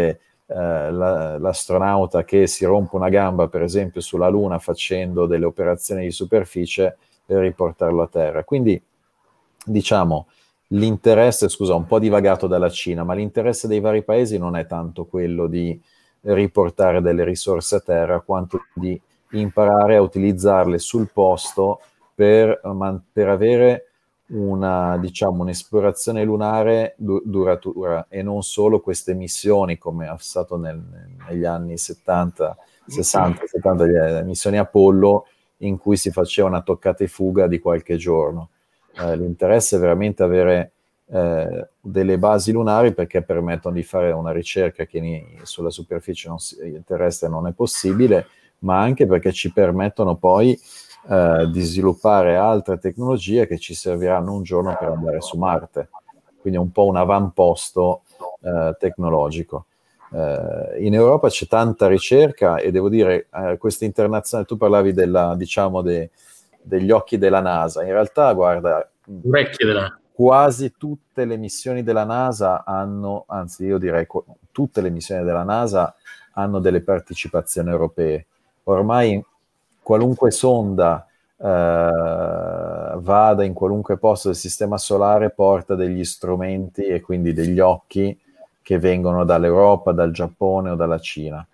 Speaker 11: l'astronauta che si rompe una gamba, per esempio, sulla Luna facendo delle operazioni di superficie per riportarlo a terra. Quindi, diciamo, l'interesse, scusa, ho un po' divagato dalla Cina, ma l'interesse dei vari paesi non è tanto quello di riportare delle risorse a terra, quanto di imparare a utilizzarle sul posto per avere un'esplorazione lunare duratura, e non solo queste missioni come è stato negli anni 60, 70, le missioni Apollo, in cui si faceva una toccata e fuga di qualche giorno. L'interesse è veramente avere delle basi lunari, perché permettono di fare una ricerca che sulla superficie terrestre non è possibile, ma anche perché ci permettono poi di sviluppare altre tecnologie che ci serviranno un giorno per andare su Marte, quindi è un po' un avamposto tecnologico. In Europa c'è tanta ricerca, e devo dire, questa internazionale, tu parlavi degli occhi della NASA, in realtà guarda, quasi tutte le missioni della NASA hanno, anzi io direi tutte le missioni della NASA hanno delle partecipazioni europee. Ormai qualunque sonda vada in qualunque posto del sistema solare porta degli strumenti e quindi degli occhi che vengono dall'Europa, dal Giappone o dalla Cina.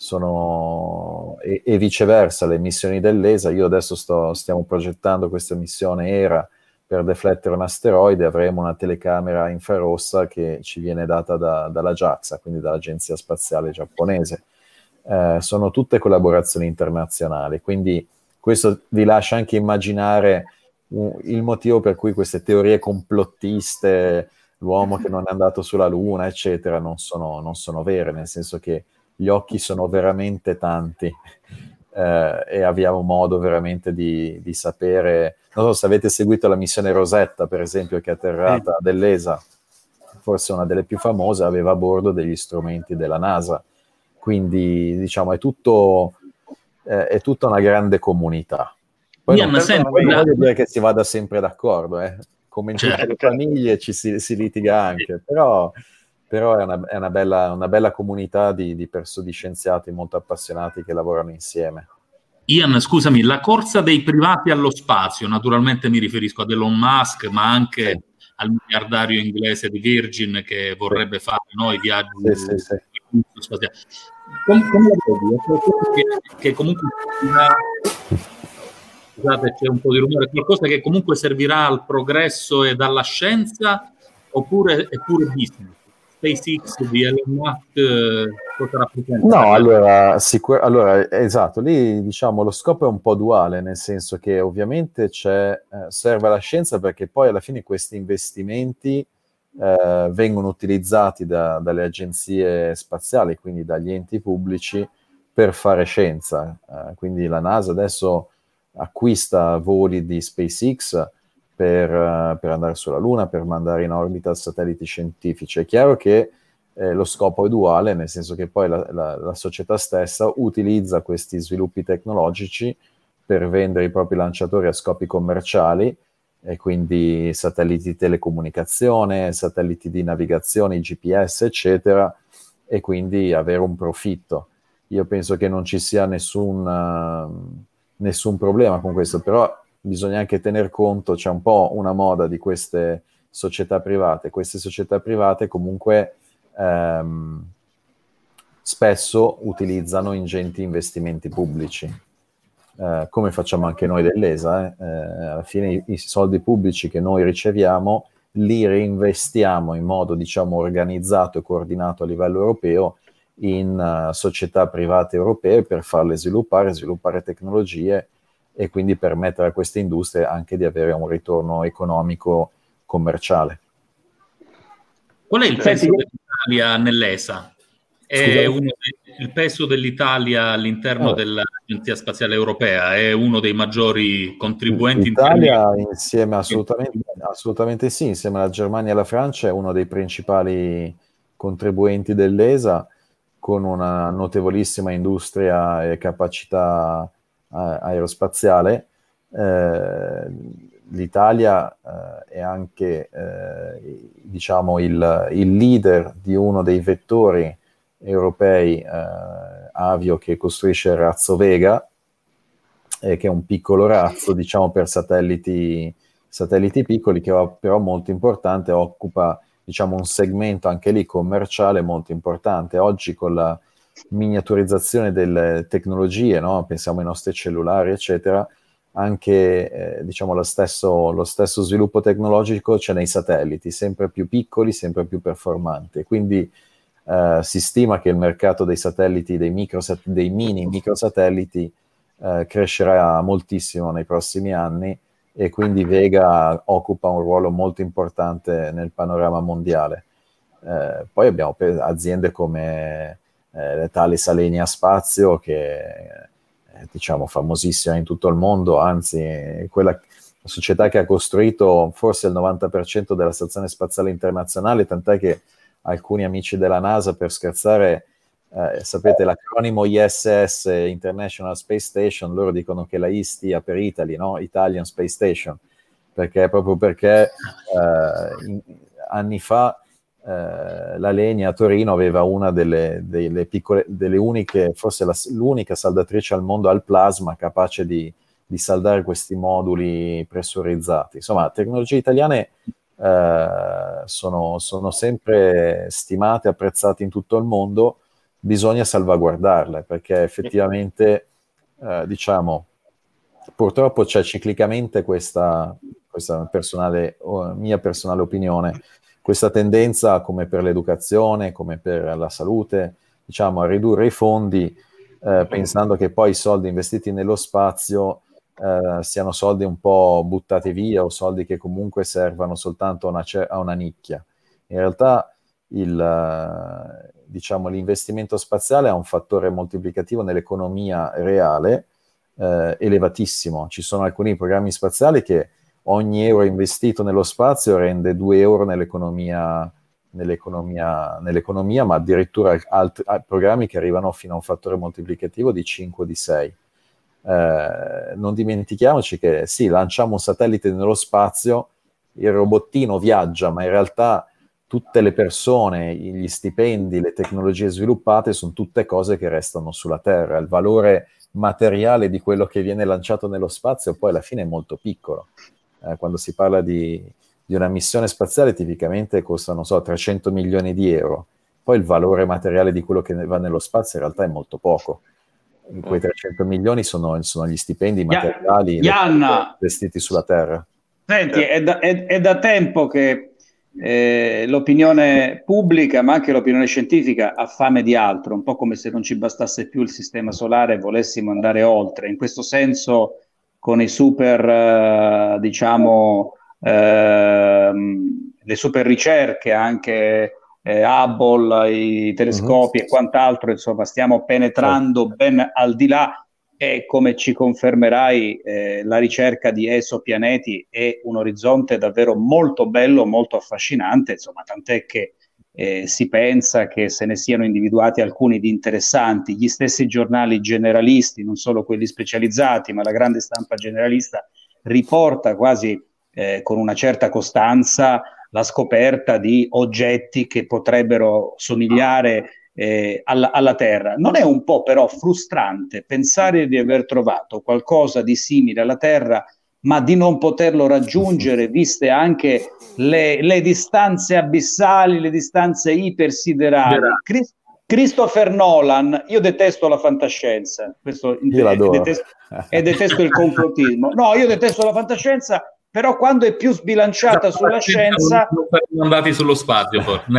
Speaker 11: E viceversa, le missioni dell'ESA, io adesso stiamo progettando questa missione ERA per deflettere un asteroide, avremo una telecamera infrarossa che ci viene data dalla JAXA, quindi dall'Agenzia Spaziale Giapponese. Sono tutte collaborazioni internazionali, quindi questo vi lascia anche immaginare il motivo per cui queste teorie complottiste, l'uomo che non è andato sulla Luna, eccetera, non sono vere, nel senso che gli occhi sono veramente tanti e abbiamo modo veramente di sapere. Non so se avete seguito la missione Rosetta, per esempio, che è atterrata dell'ESA, forse una delle più famose, aveva a bordo degli strumenti della NASA. Quindi, diciamo, è tutta una grande comunità. Poi non voglio dire che si vada sempre d'accordo, come in tutte le famiglie si litiga anche, però è una bella comunità di scienziati molto appassionati che lavorano insieme.
Speaker 1: Ian, scusami, la corsa dei privati allo spazio, naturalmente mi riferisco ad Elon Musk, ma anche al miliardario inglese di Virgin che vorrebbe fare i viaggi spaziali. Come lo vedi? Che comunque scusate, c'è un po' di rumore, qualcosa che comunque servirà al progresso e alla scienza, oppure è pure business? SpaceX di Elon Musk cosa rappresenta?
Speaker 11: No, allora, esatto, lì diciamo lo scopo è un po' duale, nel senso che ovviamente serve alla scienza, perché poi alla fine questi investimenti vengono utilizzati dalle agenzie spaziali, quindi dagli enti pubblici, per fare scienza. Quindi la NASA adesso acquista voli di SpaceX per andare sulla Luna, per mandare in orbita satelliti scientifici. È chiaro che lo scopo è duale, nel senso che poi la società stessa utilizza questi sviluppi tecnologici per vendere i propri lanciatori a scopi commerciali, e quindi satelliti di telecomunicazione, satelliti di navigazione, GPS, eccetera, e quindi avere un profitto. Io penso che non ci sia nessun problema con questo, però bisogna anche tener conto, c'è un po' una moda di queste società private. Queste società private comunque spesso utilizzano ingenti investimenti pubblici, come facciamo anche noi dell'ESA. Alla fine i soldi pubblici che noi riceviamo li reinvestiamo in modo, diciamo, organizzato e coordinato a livello europeo in società private europee per farle sviluppare tecnologie, e quindi permettere a queste industrie anche di avere un ritorno economico commerciale.
Speaker 1: Qual è il peso dell'Italia nell'ESA? Il peso dell'Italia all'interno dell'Agenzia Spaziale Europea è uno dei maggiori contribuenti?
Speaker 11: L'Italia insieme assolutamente sì, insieme alla Germania e alla Francia è uno dei principali contribuenti dell'ESA, con una notevolissima industria e capacità aerospaziale. L'Italia è anche diciamo il leader di uno dei vettori europei, Avio, che costruisce il razzo Vega, che è un piccolo razzo, diciamo, per satelliti piccoli, che è però molto importante, occupa, diciamo, un segmento anche lì commerciale molto importante. Oggi con la miniaturizzazione delle tecnologie, no? Pensiamo ai nostri cellulari, eccetera, anche diciamo lo stesso sviluppo tecnologico c'è nei satelliti, sempre più piccoli, sempre più performanti. Quindi si stima che il mercato dei satelliti, dei mini microsatelliti, crescerà moltissimo nei prossimi anni, e quindi Vega occupa un ruolo molto importante nel panorama mondiale. Poi abbiamo aziende come Thales Alenia Spazio, che è, diciamo, famosissima in tutto il mondo, anzi la società che ha costruito forse il 90% della stazione spaziale internazionale, tant'è che alcuni amici della NASA, per scherzare, sapete l'acronimo ISS, International Space Station, loro dicono che la I stia per Italy, no? Italian Space Station, perché anni fa la Lenia a Torino aveva una delle uniche, forse l'unica saldatrice al mondo al plasma capace di saldare questi moduli pressurizzati. Insomma, tecnologie italiane sono sempre stimate, apprezzate in tutto il mondo. Bisogna salvaguardarle, perché effettivamente diciamo, purtroppo c'è ciclicamente questa mia personale opinione, questa tendenza, come per l'educazione, come per la salute, diciamo, a ridurre i fondi, pensando che poi i soldi investiti nello spazio siano soldi un po' buttati via, o soldi che comunque servano soltanto a una nicchia. In realtà diciamo, l'investimento spaziale ha un fattore moltiplicativo nell'economia reale elevatissimo. Ci sono alcuni programmi spaziali che ogni euro investito nello spazio rende 2 euro nell'economia, ma addirittura altri programmi che arrivano fino a un fattore moltiplicativo di 5 o di 6. Non dimentichiamoci che sì, lanciamo un satellite nello spazio, il robottino viaggia, ma in realtà tutte le persone, gli stipendi, le tecnologie sviluppate sono tutte cose che restano sulla Terra. Il valore materiale di quello che viene lanciato nello spazio poi alla fine è molto piccolo. Quando si parla di una missione spaziale tipicamente costa, non so, 300 milioni di euro. Poi il valore materiale di quello che va nello spazio in realtà è molto poco. Quei 300 milioni sono gli stipendi materiali investiti sulla Terra.
Speaker 12: Senti, è da tempo che l'opinione pubblica, ma anche l'opinione scientifica, ha fame di altro, un po' come se non ci bastasse più il sistema solare e volessimo andare oltre. In questo senso, con i super, diciamo, le super ricerche, anche Hubble, i telescopi e quant'altro, insomma, stiamo penetrando ben al di là, e come ci confermerai, la ricerca di esopianeti è un orizzonte davvero molto bello, molto affascinante, insomma, tant'è che si pensa che se ne siano individuati alcuni di interessanti. Gli stessi giornali generalisti, non solo quelli specializzati, ma la grande stampa generalista, riporta quasi con una certa costanza la scoperta di oggetti che potrebbero somigliare alla Terra. Non è un po' però frustrante pensare di aver trovato qualcosa di simile alla Terra, ma di non poterlo raggiungere, viste anche le distanze abissali, le distanze ipersiderali? Christopher Nolan, io detesto la fantascienza, detesto il complottismo. No, io detesto la fantascienza, però quando è più sbilanciata sulla scienza,
Speaker 1: andati sullo spazio,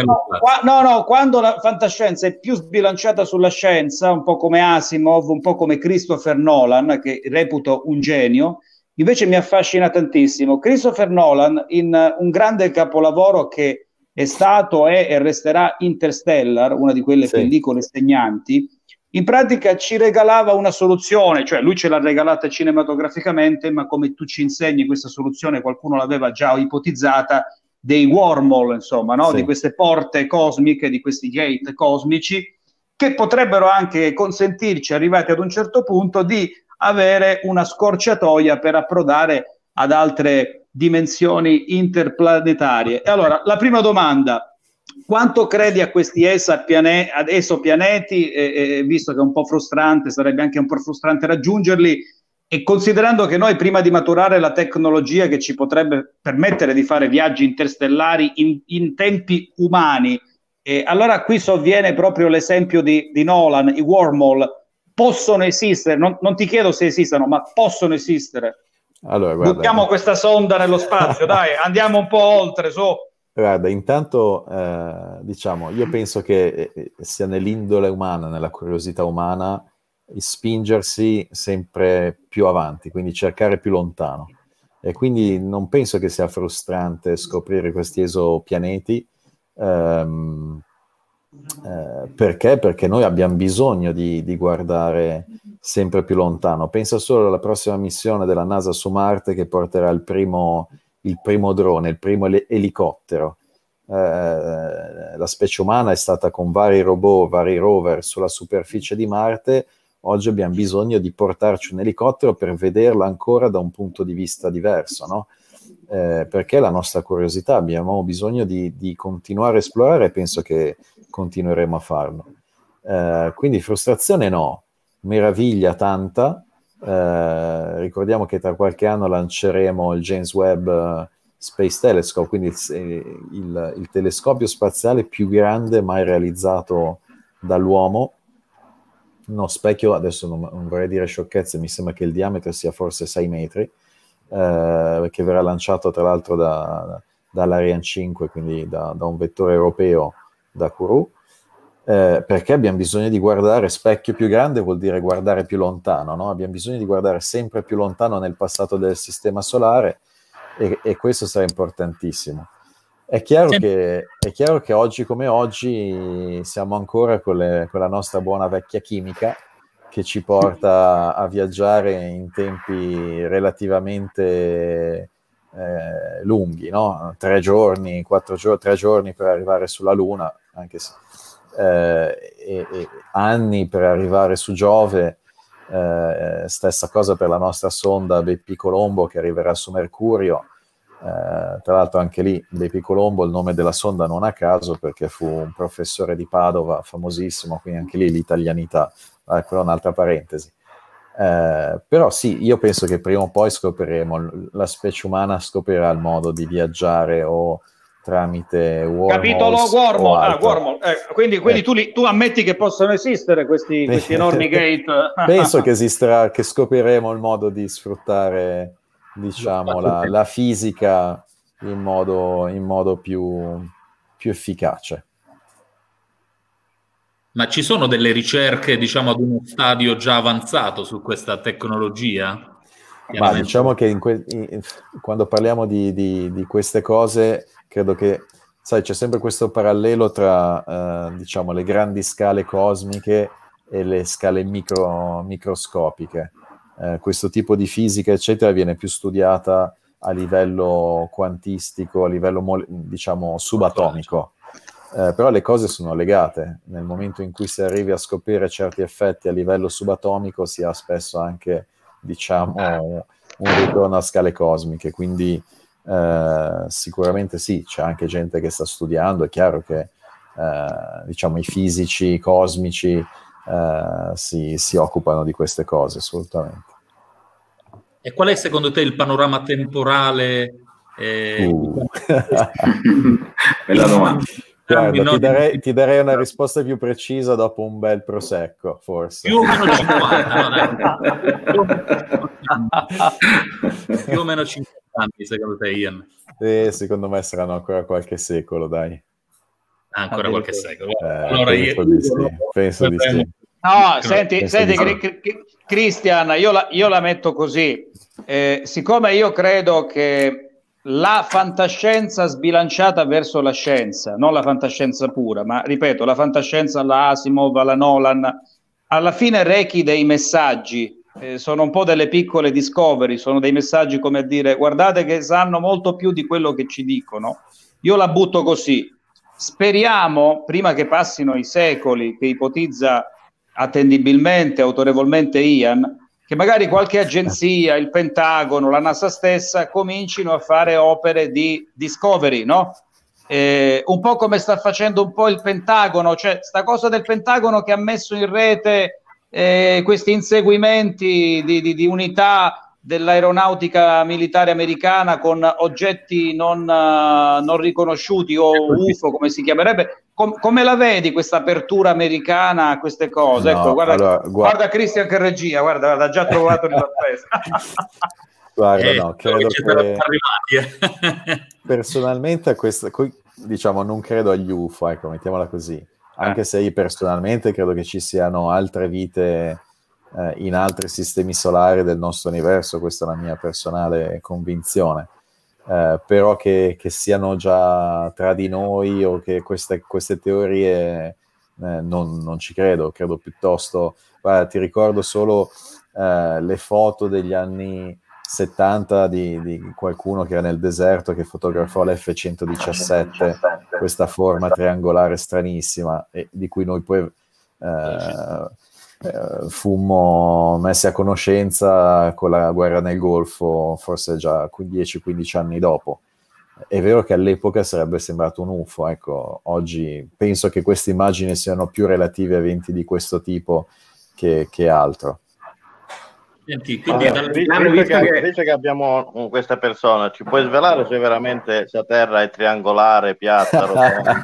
Speaker 12: quando la fantascienza è più sbilanciata sulla scienza, un po' come Asimov, un po' come Christopher Nolan, che reputo un genio, invece mi affascina tantissimo. Christopher Nolan, in un grande capolavoro che è stato, è e resterà Interstellar, una di quelle pellicole segnanti, in pratica ci regalava una soluzione, cioè lui ce l'ha regalata cinematograficamente, ma come tu ci insegni questa soluzione, qualcuno l'aveva già ipotizzata, dei wormhole, insomma, no? Di queste porte cosmiche, di questi gate cosmici, che potrebbero anche consentirci, arrivati ad un certo punto, di avere una scorciatoia per approdare ad altre dimensioni interplanetarie. E allora, la prima domanda: quanto credi a questi esopianeti, visto che è un po' frustrante, sarebbe anche un po' frustrante raggiungerli, e considerando che noi prima di maturare la tecnologia che ci potrebbe permettere di fare viaggi interstellari in tempi umani, allora qui sovviene proprio l'esempio di Nolan, i wormhole possono esistere, non ti chiedo se esistano, ma possono esistere.
Speaker 11: Allora, guarda,
Speaker 12: buttiamo questa sonda nello spazio, dai, andiamo un po' oltre, su.
Speaker 11: Guarda, intanto diciamo, io penso che sia nell'indole umana, nella curiosità umana, spingersi sempre più avanti, quindi cercare più lontano. E quindi non penso che sia frustrante scoprire questi esopianeti, perché? Perché noi abbiamo bisogno di guardare sempre più lontano. Pensa solo alla prossima missione della NASA su Marte, che porterà il primo drone, il primo elicottero. La specie umana è stata con vari robot, vari rover sulla superficie di Marte. Oggi abbiamo bisogno di portarci un elicottero per vederlo ancora da un punto di vista diverso, no? Perché la nostra curiosità, abbiamo bisogno di continuare a esplorare, e penso che continueremo a farlo. Quindi frustrazione no, meraviglia tanta. Ricordiamo che tra qualche anno lanceremo il James Webb Space Telescope, quindi il telescopio spaziale più grande mai realizzato dall'uomo. Uno specchio, adesso non vorrei dire sciocchezze, mi sembra che il diametro sia forse 6 metri, che verrà lanciato tra l'altro dall'Ariane 5, quindi da un vettore europeo, da Kourou, perché abbiamo bisogno di guardare. Specchio più grande vuol dire guardare più lontano, no? Abbiamo bisogno di guardare sempre più lontano nel passato del sistema solare, e questo sarà importantissimo. È chiaro che oggi come oggi siamo ancora con la nostra buona vecchia chimica, che ci porta a viaggiare in tempi relativamente lunghi, no? 3 giorni, 4 giorni, 3 giorni per arrivare sulla Luna, anche se e anni per arrivare su Giove. Stessa cosa per la nostra sonda Bepi Colombo, che arriverà su Mercurio. Tra l'altro anche lì Bepi Colombo, il nome della sonda non a caso, perché fu un professore di Padova famosissimo, quindi anche lì l'italianità, quella è un'altra parentesi. Però sì, io penso che prima o poi scopriremo, la specie umana scoprirà il modo di viaggiare o tramite wormhole.
Speaker 12: Capitolo wormhole. Quindi tu ammetti che possono esistere questi enormi gate?
Speaker 11: Penso che esisterà, che scopriremo il modo di sfruttare, diciamo, la fisica in modo più efficace.
Speaker 1: Ma ci sono delle ricerche, diciamo, ad uno stadio già avanzato su questa tecnologia?
Speaker 11: Ma diciamo che quando parliamo di queste cose, credo che, sai, c'è sempre questo parallelo tra diciamo, le grandi scale cosmiche e le scale microscopiche. Questo tipo di fisica, eccetera, viene più studiata a livello quantistico, a livello, diciamo, subatomico. Però le cose sono legate. Nel momento in cui si arrivi a scoprire certi effetti a livello subatomico, si ha spesso anche, diciamo, un ritorno a scale cosmiche. Quindi sicuramente sì, c'è anche gente che sta studiando. È chiaro che diciamo, i fisici cosmici si occupano di queste cose, assolutamente.
Speaker 1: E qual è secondo te il panorama temporale?
Speaker 11: Bella domanda. Guarda, ti darei una risposta più precisa dopo un bel prosecco, forse.
Speaker 1: Più o meno 50, più o meno 50 anni, secondo te, Ian?
Speaker 11: Secondo me saranno ancora qualche secolo, dai.
Speaker 1: Ancora qualche secolo.
Speaker 11: Allora penso di sì.
Speaker 12: No, senti Christian, io la metto così. Siccome io credo che la fantascienza sbilanciata verso la scienza, non la fantascienza pura, ma ripeto, la fantascienza alla Asimov, alla Nolan, alla fine rechi dei messaggi, sono un po' delle piccole discovery, sono dei messaggi come a dire: guardate che sanno molto più di quello che ci dicono. Io la butto così. Speriamo, prima che passino i secoli, che ipotizza attendibilmente, autorevolmente Ian, che magari qualche agenzia, il Pentagono, la NASA stessa, comincino a fare opere di discovery, no? un po' come sta facendo un po' il Pentagono, cioè sta cosa del Pentagono che ha messo in rete questi inseguimenti di unità dell'aeronautica militare americana con oggetti non riconosciuti o UFO come si chiamerebbe. Come la vedi questa apertura americana a queste cose?
Speaker 11: No,
Speaker 12: ecco, guarda,
Speaker 11: allora,
Speaker 12: guarda Cristian che regia, guarda, ha già trovato il sorpresa.
Speaker 11: Guarda, no, credo che personalmente a questo, diciamo, non credo agli UFO, ecco, mettiamola così. Anche se io personalmente credo che ci siano altre vite in altri sistemi solari del nostro universo, questa è la mia personale convinzione. Però che siano già tra di noi o che queste teorie non ci credo piuttosto, guarda, ti ricordo solo le foto degli anni 70 di qualcuno che era nel deserto che fotografò l'F-117, questa forma triangolare stranissima, e di cui noi poi fummo messi a conoscenza con la guerra nel Golfo, forse già 10-15 anni dopo. È vero che all'epoca sarebbe sembrato un UFO, ecco, oggi penso che queste immagini siano più relative a eventi di questo tipo che altro.
Speaker 10: Visto che abbiamo questa persona, ci puoi svelare se veramente la Terra è triangolare, piatta, rotonda?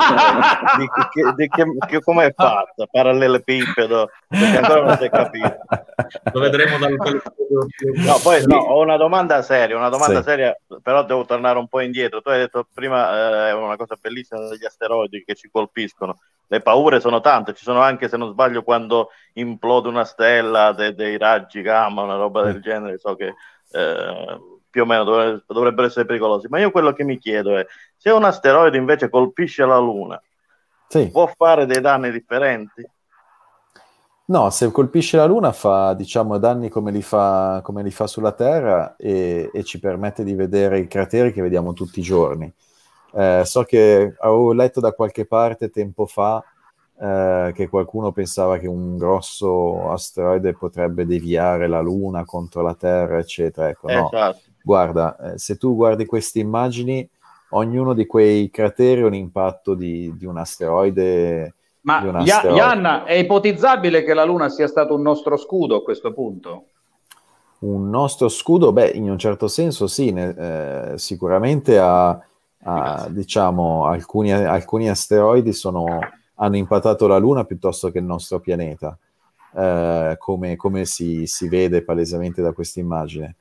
Speaker 10: Come è fatta? Parallelepipedo? Perché ancora non si è capito.
Speaker 1: Lo vedremo dal
Speaker 10: No, poi no, ho una domanda seria, seria, però devo tornare un po' indietro. Tu hai detto prima una cosa bellissima degli asteroidi che ci colpiscono. Le paure sono tante, ci sono anche, se non sbaglio, quando implode una stella, dei raggi gamma, una roba del genere, so che più o meno dovrebbero essere pericolosi. Ma io quello che mi chiedo è, se un asteroide invece colpisce la Luna, può fare dei danni differenti?
Speaker 11: No, se colpisce la Luna fa, diciamo, danni come li fa sulla Terra e ci permette di vedere i crateri che vediamo tutti i giorni. So che avevo letto da qualche parte tempo fa che qualcuno pensava che un grosso asteroide potrebbe deviare la Luna contro la Terra, eccetera. Ecco, no. Guarda, se tu guardi queste immagini, ognuno di quei crateri è un impatto di un asteroide.
Speaker 12: Ma Ian, è ipotizzabile che la Luna sia stato un nostro scudo a questo punto?
Speaker 11: Un nostro scudo? Beh, in un certo senso sì, sicuramente diciamo, alcuni asteroidi hanno impattato la Luna piuttosto che il nostro pianeta, come si vede palesemente da questa immagine.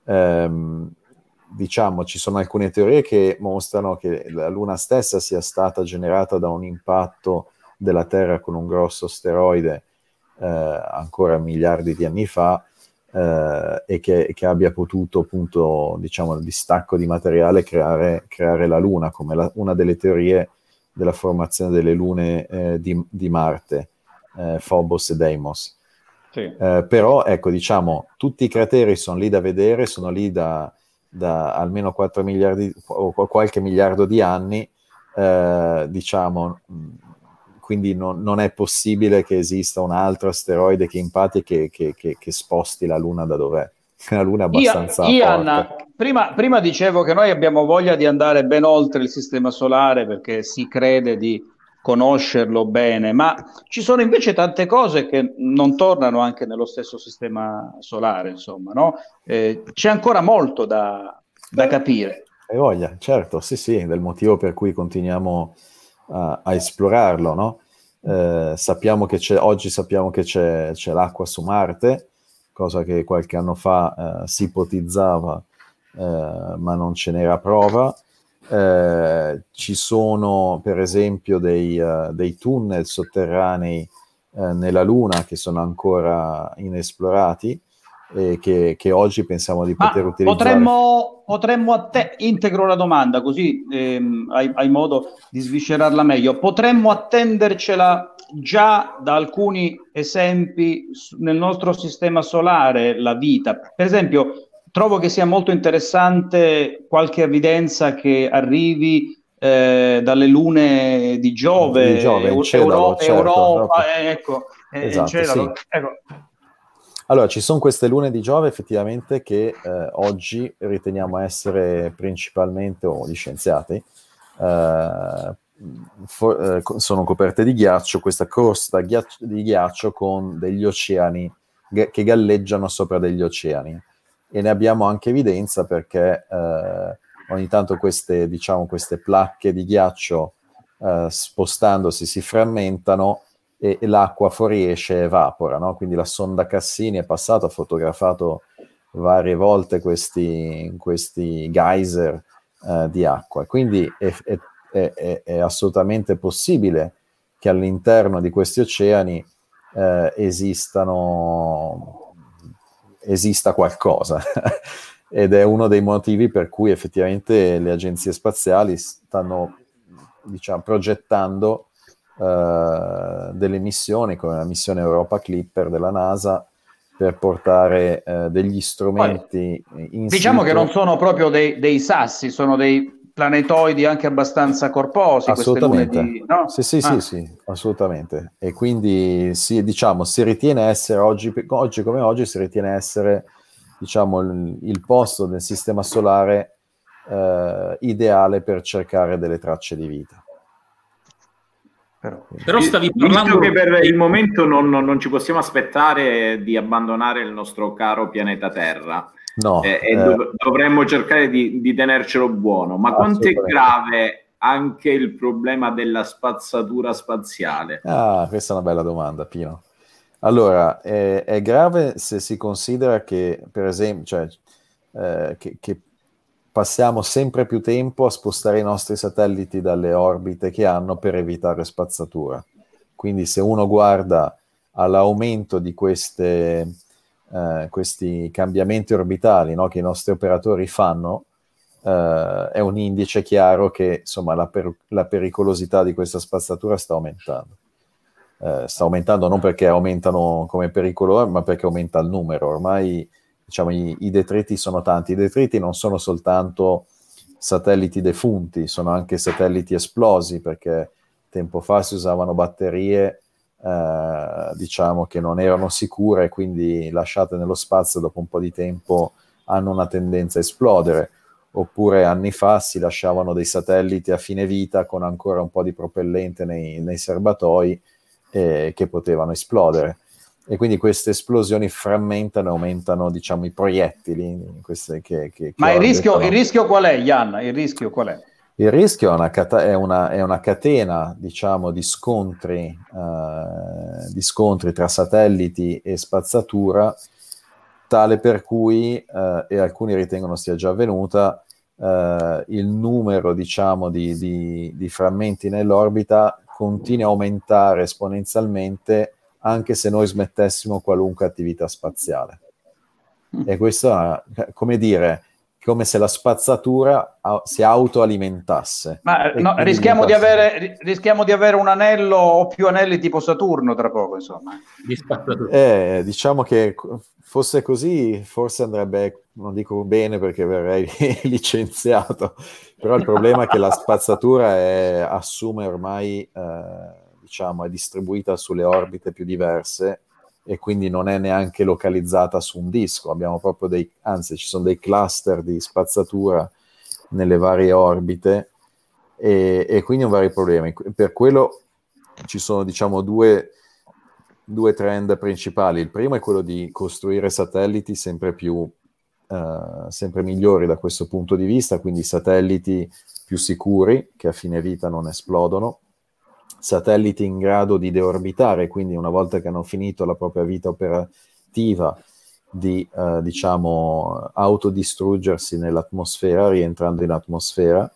Speaker 11: Diciamo, ci sono alcune teorie che mostrano che la Luna stessa sia stata generata da un impatto della Terra con un grosso asteroide ancora miliardi di anni fa, e che abbia potuto, appunto, diciamo, il distacco di materiale creare la Luna, come una delle teorie della formazione delle lune di Marte, Phobos e Deimos. Sì. Però, ecco, diciamo, tutti i crateri sono lì da vedere, sono lì da almeno 4 miliardi o qualche miliardo di anni, diciamo, quindi non è possibile che esista un altro asteroide che impatti e che sposti la Luna da dov'è. La Luna è abbastanza forte.
Speaker 12: Prima dicevo che noi abbiamo voglia di andare ben oltre il sistema solare perché si crede di conoscerlo bene, ma ci sono invece tante cose che non tornano anche nello stesso sistema solare, insomma, no? C'è ancora molto da capire.
Speaker 11: Hai voglia, certo, sì, del motivo per cui continuiamo a esplorarlo, no? Oggi sappiamo che c'è l'acqua su Marte, cosa che qualche anno fa si ipotizzava, ma non ce n'era prova. Ci sono per esempio dei tunnel sotterranei nella Luna che sono ancora inesplorati e che oggi pensiamo di poter utilizzare.
Speaker 12: Potremmo integro la domanda così hai modo di sviscerarla meglio. Potremmo attendercela già da alcuni esempi nel nostro sistema solare, la vita. Per esempio, trovo che sia molto interessante qualche evidenza che arrivi dalle lune di Giove, Europa, ecco,
Speaker 11: esatto,
Speaker 12: Encélado,
Speaker 11: sì.
Speaker 12: Ecco.
Speaker 11: Allora, ci sono queste lune di Giove effettivamente che oggi riteniamo essere principalmente, o gli scienziati, sono coperte di ghiaccio, questa crosta di ghiaccio con degli oceani che galleggiano sopra degli oceani, e ne abbiamo anche evidenza perché ogni tanto queste placche di ghiaccio spostandosi si frammentano e l'acqua fuoriesce e evapora, no? Quindi la sonda Cassini è passata, ha fotografato varie volte questi geyser di acqua, quindi è assolutamente possibile che all'interno di questi oceani esista qualcosa ed è uno dei motivi per cui effettivamente le agenzie spaziali stanno, diciamo, progettando delle missioni come la missione Europa Clipper della NASA per portare degli strumenti in
Speaker 12: diciamo
Speaker 11: situ.
Speaker 12: Che non sono proprio dei sassi, sono dei planetoidi anche abbastanza corposi.
Speaker 11: Assolutamente,
Speaker 12: queste lune no?
Speaker 11: Sì, assolutamente. E quindi si ritiene essere oggi come oggi si ritiene essere, diciamo, il posto del sistema solare ideale per cercare delle tracce di vita.
Speaker 1: Però stavi parlando
Speaker 6: che per il momento non ci possiamo aspettare di abbandonare il nostro caro pianeta Terra.
Speaker 11: No,
Speaker 6: dovremmo cercare di tenercelo buono, ma quanto è grave anche il problema della spazzatura spaziale?
Speaker 11: Questa è una bella domanda, Pino. Allora, è grave se si considera che, per esempio, che passiamo sempre più tempo a spostare i nostri satelliti dalle orbite che hanno per evitare spazzatura. Quindi se uno guarda all'aumento di questi cambiamenti orbitali, no, che i nostri operatori fanno, è un indice chiaro che insomma la pericolosità di questa spazzatura sta aumentando. Sta aumentando non perché aumentano come pericolo, ma perché aumenta il numero. Ormai, diciamo, i detriti sono tanti. I detriti non sono soltanto satelliti defunti, sono anche satelliti esplosi, perché tempo fa si usavano batterie diciamo che non erano sicure, quindi lasciate nello spazio dopo un po' di tempo hanno una tendenza a esplodere. Oppure anni fa si lasciavano dei satelliti a fine vita con ancora un po' di propellente nei serbatoi che potevano esplodere. E quindi queste esplosioni frammentano e aumentano, diciamo, i proiettili.
Speaker 12: Ma il rischio qual è, Jan? Il rischio qual è?
Speaker 11: Il rischio è una catena, diciamo, di scontri tra satelliti e spazzatura, tale per cui, e alcuni ritengono sia già avvenuta, il numero, diciamo, di frammenti nell'orbita continua a aumentare esponenzialmente anche se noi smettessimo qualunque attività spaziale. E questo è, come dire, come se la spazzatura si autoalimentasse.
Speaker 12: Ma no, rischiamo di avere un anello o più anelli tipo Saturno tra poco, insomma.
Speaker 1: Di spazzatura.
Speaker 11: Diciamo che fosse così, forse andrebbe, non dico bene perché verrei licenziato, però il problema è che la spazzatura assume ormai, diciamo, è distribuita sulle orbite più diverse e quindi non è neanche localizzata su un disco. Abbiamo proprio anzi ci sono dei cluster di spazzatura nelle varie orbite e quindi un vari problemi. Per quello ci sono, diciamo, due trend principali. Il primo è quello di costruire satelliti sempre migliori da questo punto di vista, quindi satelliti più sicuri che a fine vita non esplodono, satelliti in grado di deorbitare, quindi una volta che hanno finito la propria vita operativa di diciamo autodistruggersi nell'atmosfera, rientrando in atmosfera,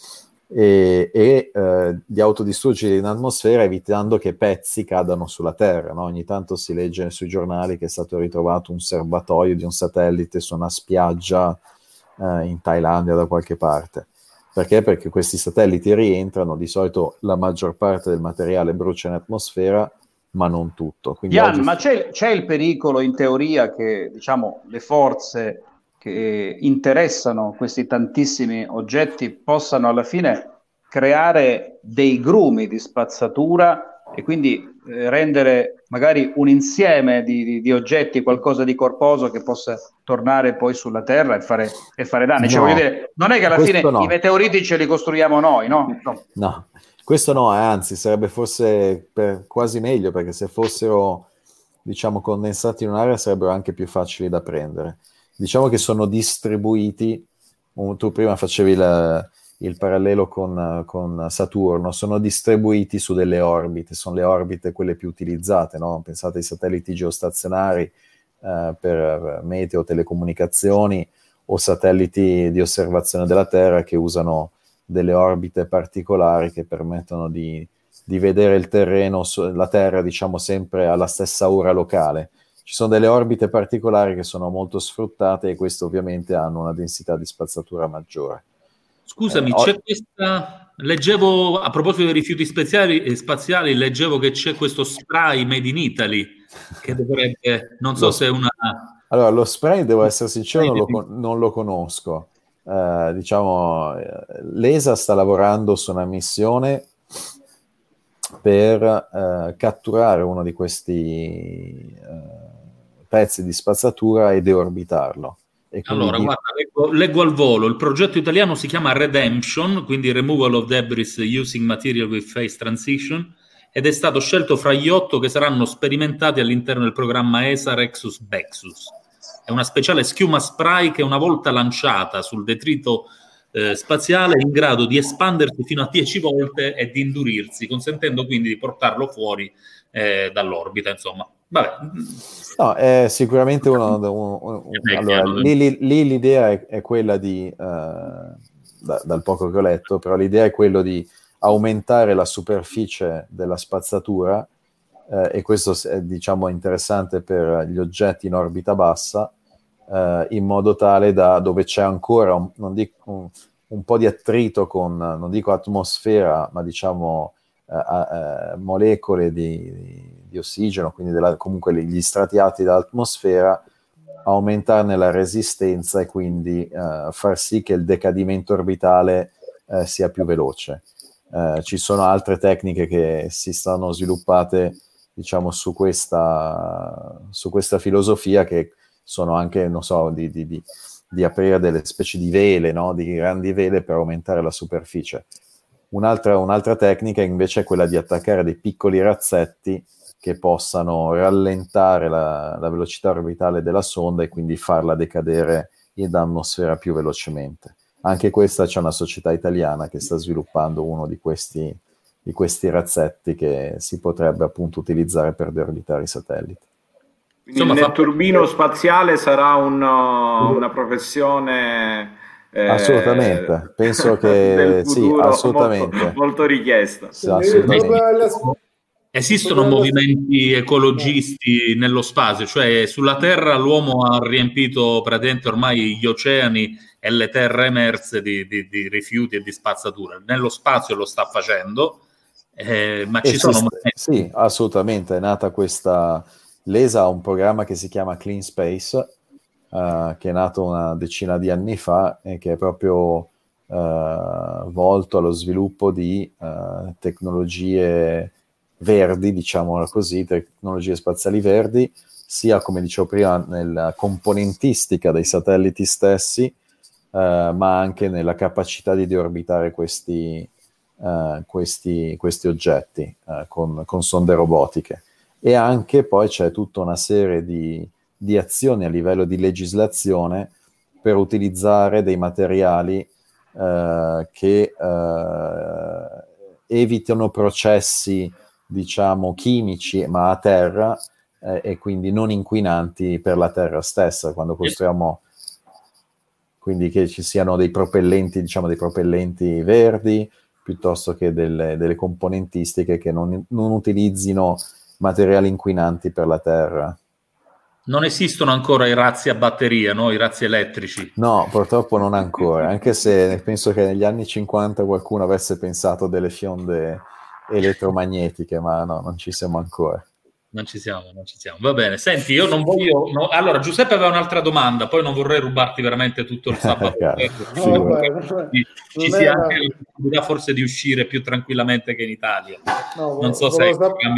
Speaker 11: e di autodistruggere in atmosfera evitando che pezzi cadano sulla Terra, no? Ogni tanto si legge sui giornali che è stato ritrovato un serbatoio di un satellite su una spiaggia in Thailandia da qualche parte. Perché? Perché questi satelliti rientrano, di solito la maggior parte del materiale brucia in atmosfera, ma non tutto. Quindi
Speaker 12: Jan, ma c'è il pericolo in teoria che, diciamo, le forze che interessano questi tantissimi oggetti possano alla fine creare dei grumi di spazzatura e quindi rendere magari un insieme di oggetti, qualcosa di corposo che possa tornare poi sulla Terra e fare danni. Cioè, voglio dire, non è che alla fine i meteoriti ce li costruiamo noi, no?
Speaker 11: No, questo no, anzi sarebbe forse quasi meglio, perché se fossero, diciamo, condensati in un'area sarebbero anche più facili da prendere. Diciamo che sono distribuiti, tu prima facevi il parallelo con Saturno, sono distribuiti su delle orbite, sono le orbite quelle più utilizzate, no? Pensate ai satelliti geostazionari per meteo, telecomunicazioni, o satelliti di osservazione della Terra che usano delle orbite particolari che permettono di vedere il terreno, la Terra, diciamo, sempre alla stessa ora locale. Ci sono delle orbite particolari che sono molto sfruttate, e queste ovviamente hanno una densità di spazzatura maggiore.
Speaker 1: Scusami, c'è questa... Leggevo, a proposito dei rifiuti spaziali, leggevo che c'è questo spray made in Italy, che dovrebbe... Non so se è una...
Speaker 11: Allora, lo spray, devo essere sincero, non lo conosco. Diciamo, l'ESA sta lavorando su una missione per catturare uno di questi pezzi di spazzatura e deorbitarlo.
Speaker 1: Allora, guarda, leggo al volo. Il progetto italiano si chiama Redemption, quindi Removal of Debris Using Material with Phase Transition, ed è stato scelto fra gli 8 che saranno sperimentati all'interno del programma ESA Rexus Bexus. È una speciale schiuma spray che, una volta lanciata sul detrito spaziale, è in grado di espandersi fino a 10 volte e di indurirsi, consentendo quindi di portarlo fuori dall'orbita, insomma. Vabbè.
Speaker 11: No, è sicuramente allora, lì l'idea è quella di, dal poco che ho letto, però l'idea è quello di aumentare la superficie della spazzatura, e questo è, diciamo, interessante per gli oggetti in orbita bassa, in modo tale da dove c'è ancora un po' di attrito con, non dico atmosfera, ma diciamo molecole di ossigeno, quindi comunque gli strati alti dell'atmosfera, aumentarne la resistenza e quindi far sì che il decadimento orbitale sia più veloce. Ci sono altre tecniche che si stanno sviluppate, diciamo, su questa filosofia, che sono anche, non so, di aprire delle specie di vele, no? Di grandi vele per aumentare la superficie. Un'altra tecnica invece è quella di attaccare dei piccoli razzetti che possano rallentare la velocità orbitale della sonda e quindi farla decadere in atmosfera più velocemente. Anche questa, c'è una società italiana che sta sviluppando uno di questi razzetti che si potrebbe appunto utilizzare per deorbitare i satelliti.
Speaker 6: Quindi il netturbino spaziale sarà una professione
Speaker 11: assolutamente, penso che sì, assolutamente
Speaker 6: molto richiesta.
Speaker 11: Sì, assolutamente.
Speaker 1: Esistono movimenti ecologisti nello spazio, cioè sulla Terra l'uomo ha riempito praticamente ormai gli oceani e le terre emerse di rifiuti e di spazzatura. Nello spazio lo sta facendo, ma ci sono movimenti.
Speaker 11: Sì, assolutamente, è nata questa... L'ESA ha un programma che si chiama Clean Space, che è nato una decina di anni fa e che è proprio volto allo sviluppo di tecnologie verdi, diciamola così, tecnologie spaziali verdi, sia, come dicevo prima, nella componentistica dei satelliti stessi, ma anche nella capacità di deorbitare questi oggetti con sonde robotiche. E anche poi c'è tutta una serie di azioni a livello di legislazione per utilizzare dei materiali che evitano processi, diciamo, chimici, ma a terra, e quindi non inquinanti per la terra stessa, quando costruiamo, quindi che ci siano dei propellenti, diciamo, dei propellenti verdi, piuttosto che delle componentistiche che non utilizzino materiali inquinanti per la terra.
Speaker 1: Non esistono ancora i razzi a batteria, no? I razzi elettrici.
Speaker 11: No, purtroppo non ancora, anche se penso che negli anni 50 qualcuno avesse pensato delle fionde elettromagnetiche, ma no, non ci siamo ancora.
Speaker 1: Non ci siamo. Va bene. Senti, io non voglio... No, allora, Giuseppe aveva un'altra domanda, poi non vorrei rubarti veramente tutto il sabato. Ci sia anche la possibilità forse di uscire più tranquillamente che in Italia.
Speaker 9: No,
Speaker 1: non so se...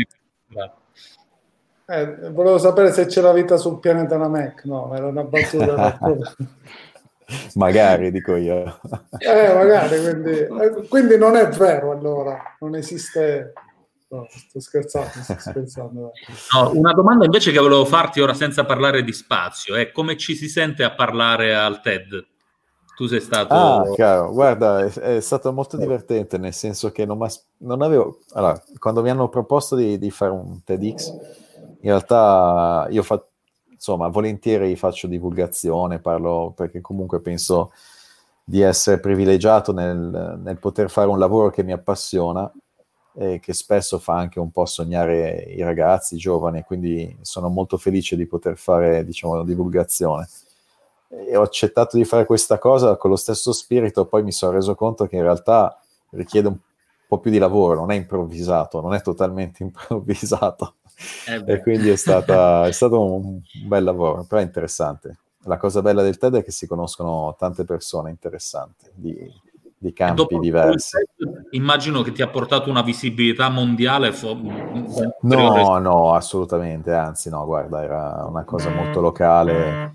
Speaker 9: volevo sapere se c'era vita sul pianeta Namek. No, era una battuta.
Speaker 11: Magari, dico io.
Speaker 9: Magari, quindi non è vero, allora. Non esiste... No, sto scherzando.
Speaker 1: No, una domanda invece che volevo farti ora senza parlare di spazio è come ci si sente a parlare al TED? Tu sei stato...
Speaker 11: Caro, guarda, è stato molto divertente, nel senso che non avevo... Allora, quando mi hanno proposto di fare un TEDx, in realtà io volentieri faccio divulgazione, parlo perché comunque penso di essere privilegiato nel poter fare un lavoro che mi appassiona e che spesso fa anche un po' sognare i ragazzi, i giovani, quindi sono molto felice di poter fare, divulgazione. E ho accettato di fare questa cosa con lo stesso spirito, poi mi sono reso conto che in realtà richiede un po' più di lavoro, non è improvvisato, non è totalmente improvvisato. E quindi è stato un bel lavoro, però è interessante. La cosa bella del TED è che si conoscono tante persone interessanti di campi diversi.
Speaker 1: Immagino che ti ha portato una visibilità mondiale.
Speaker 11: No, assolutamente, anzi no, guarda, era una cosa molto locale.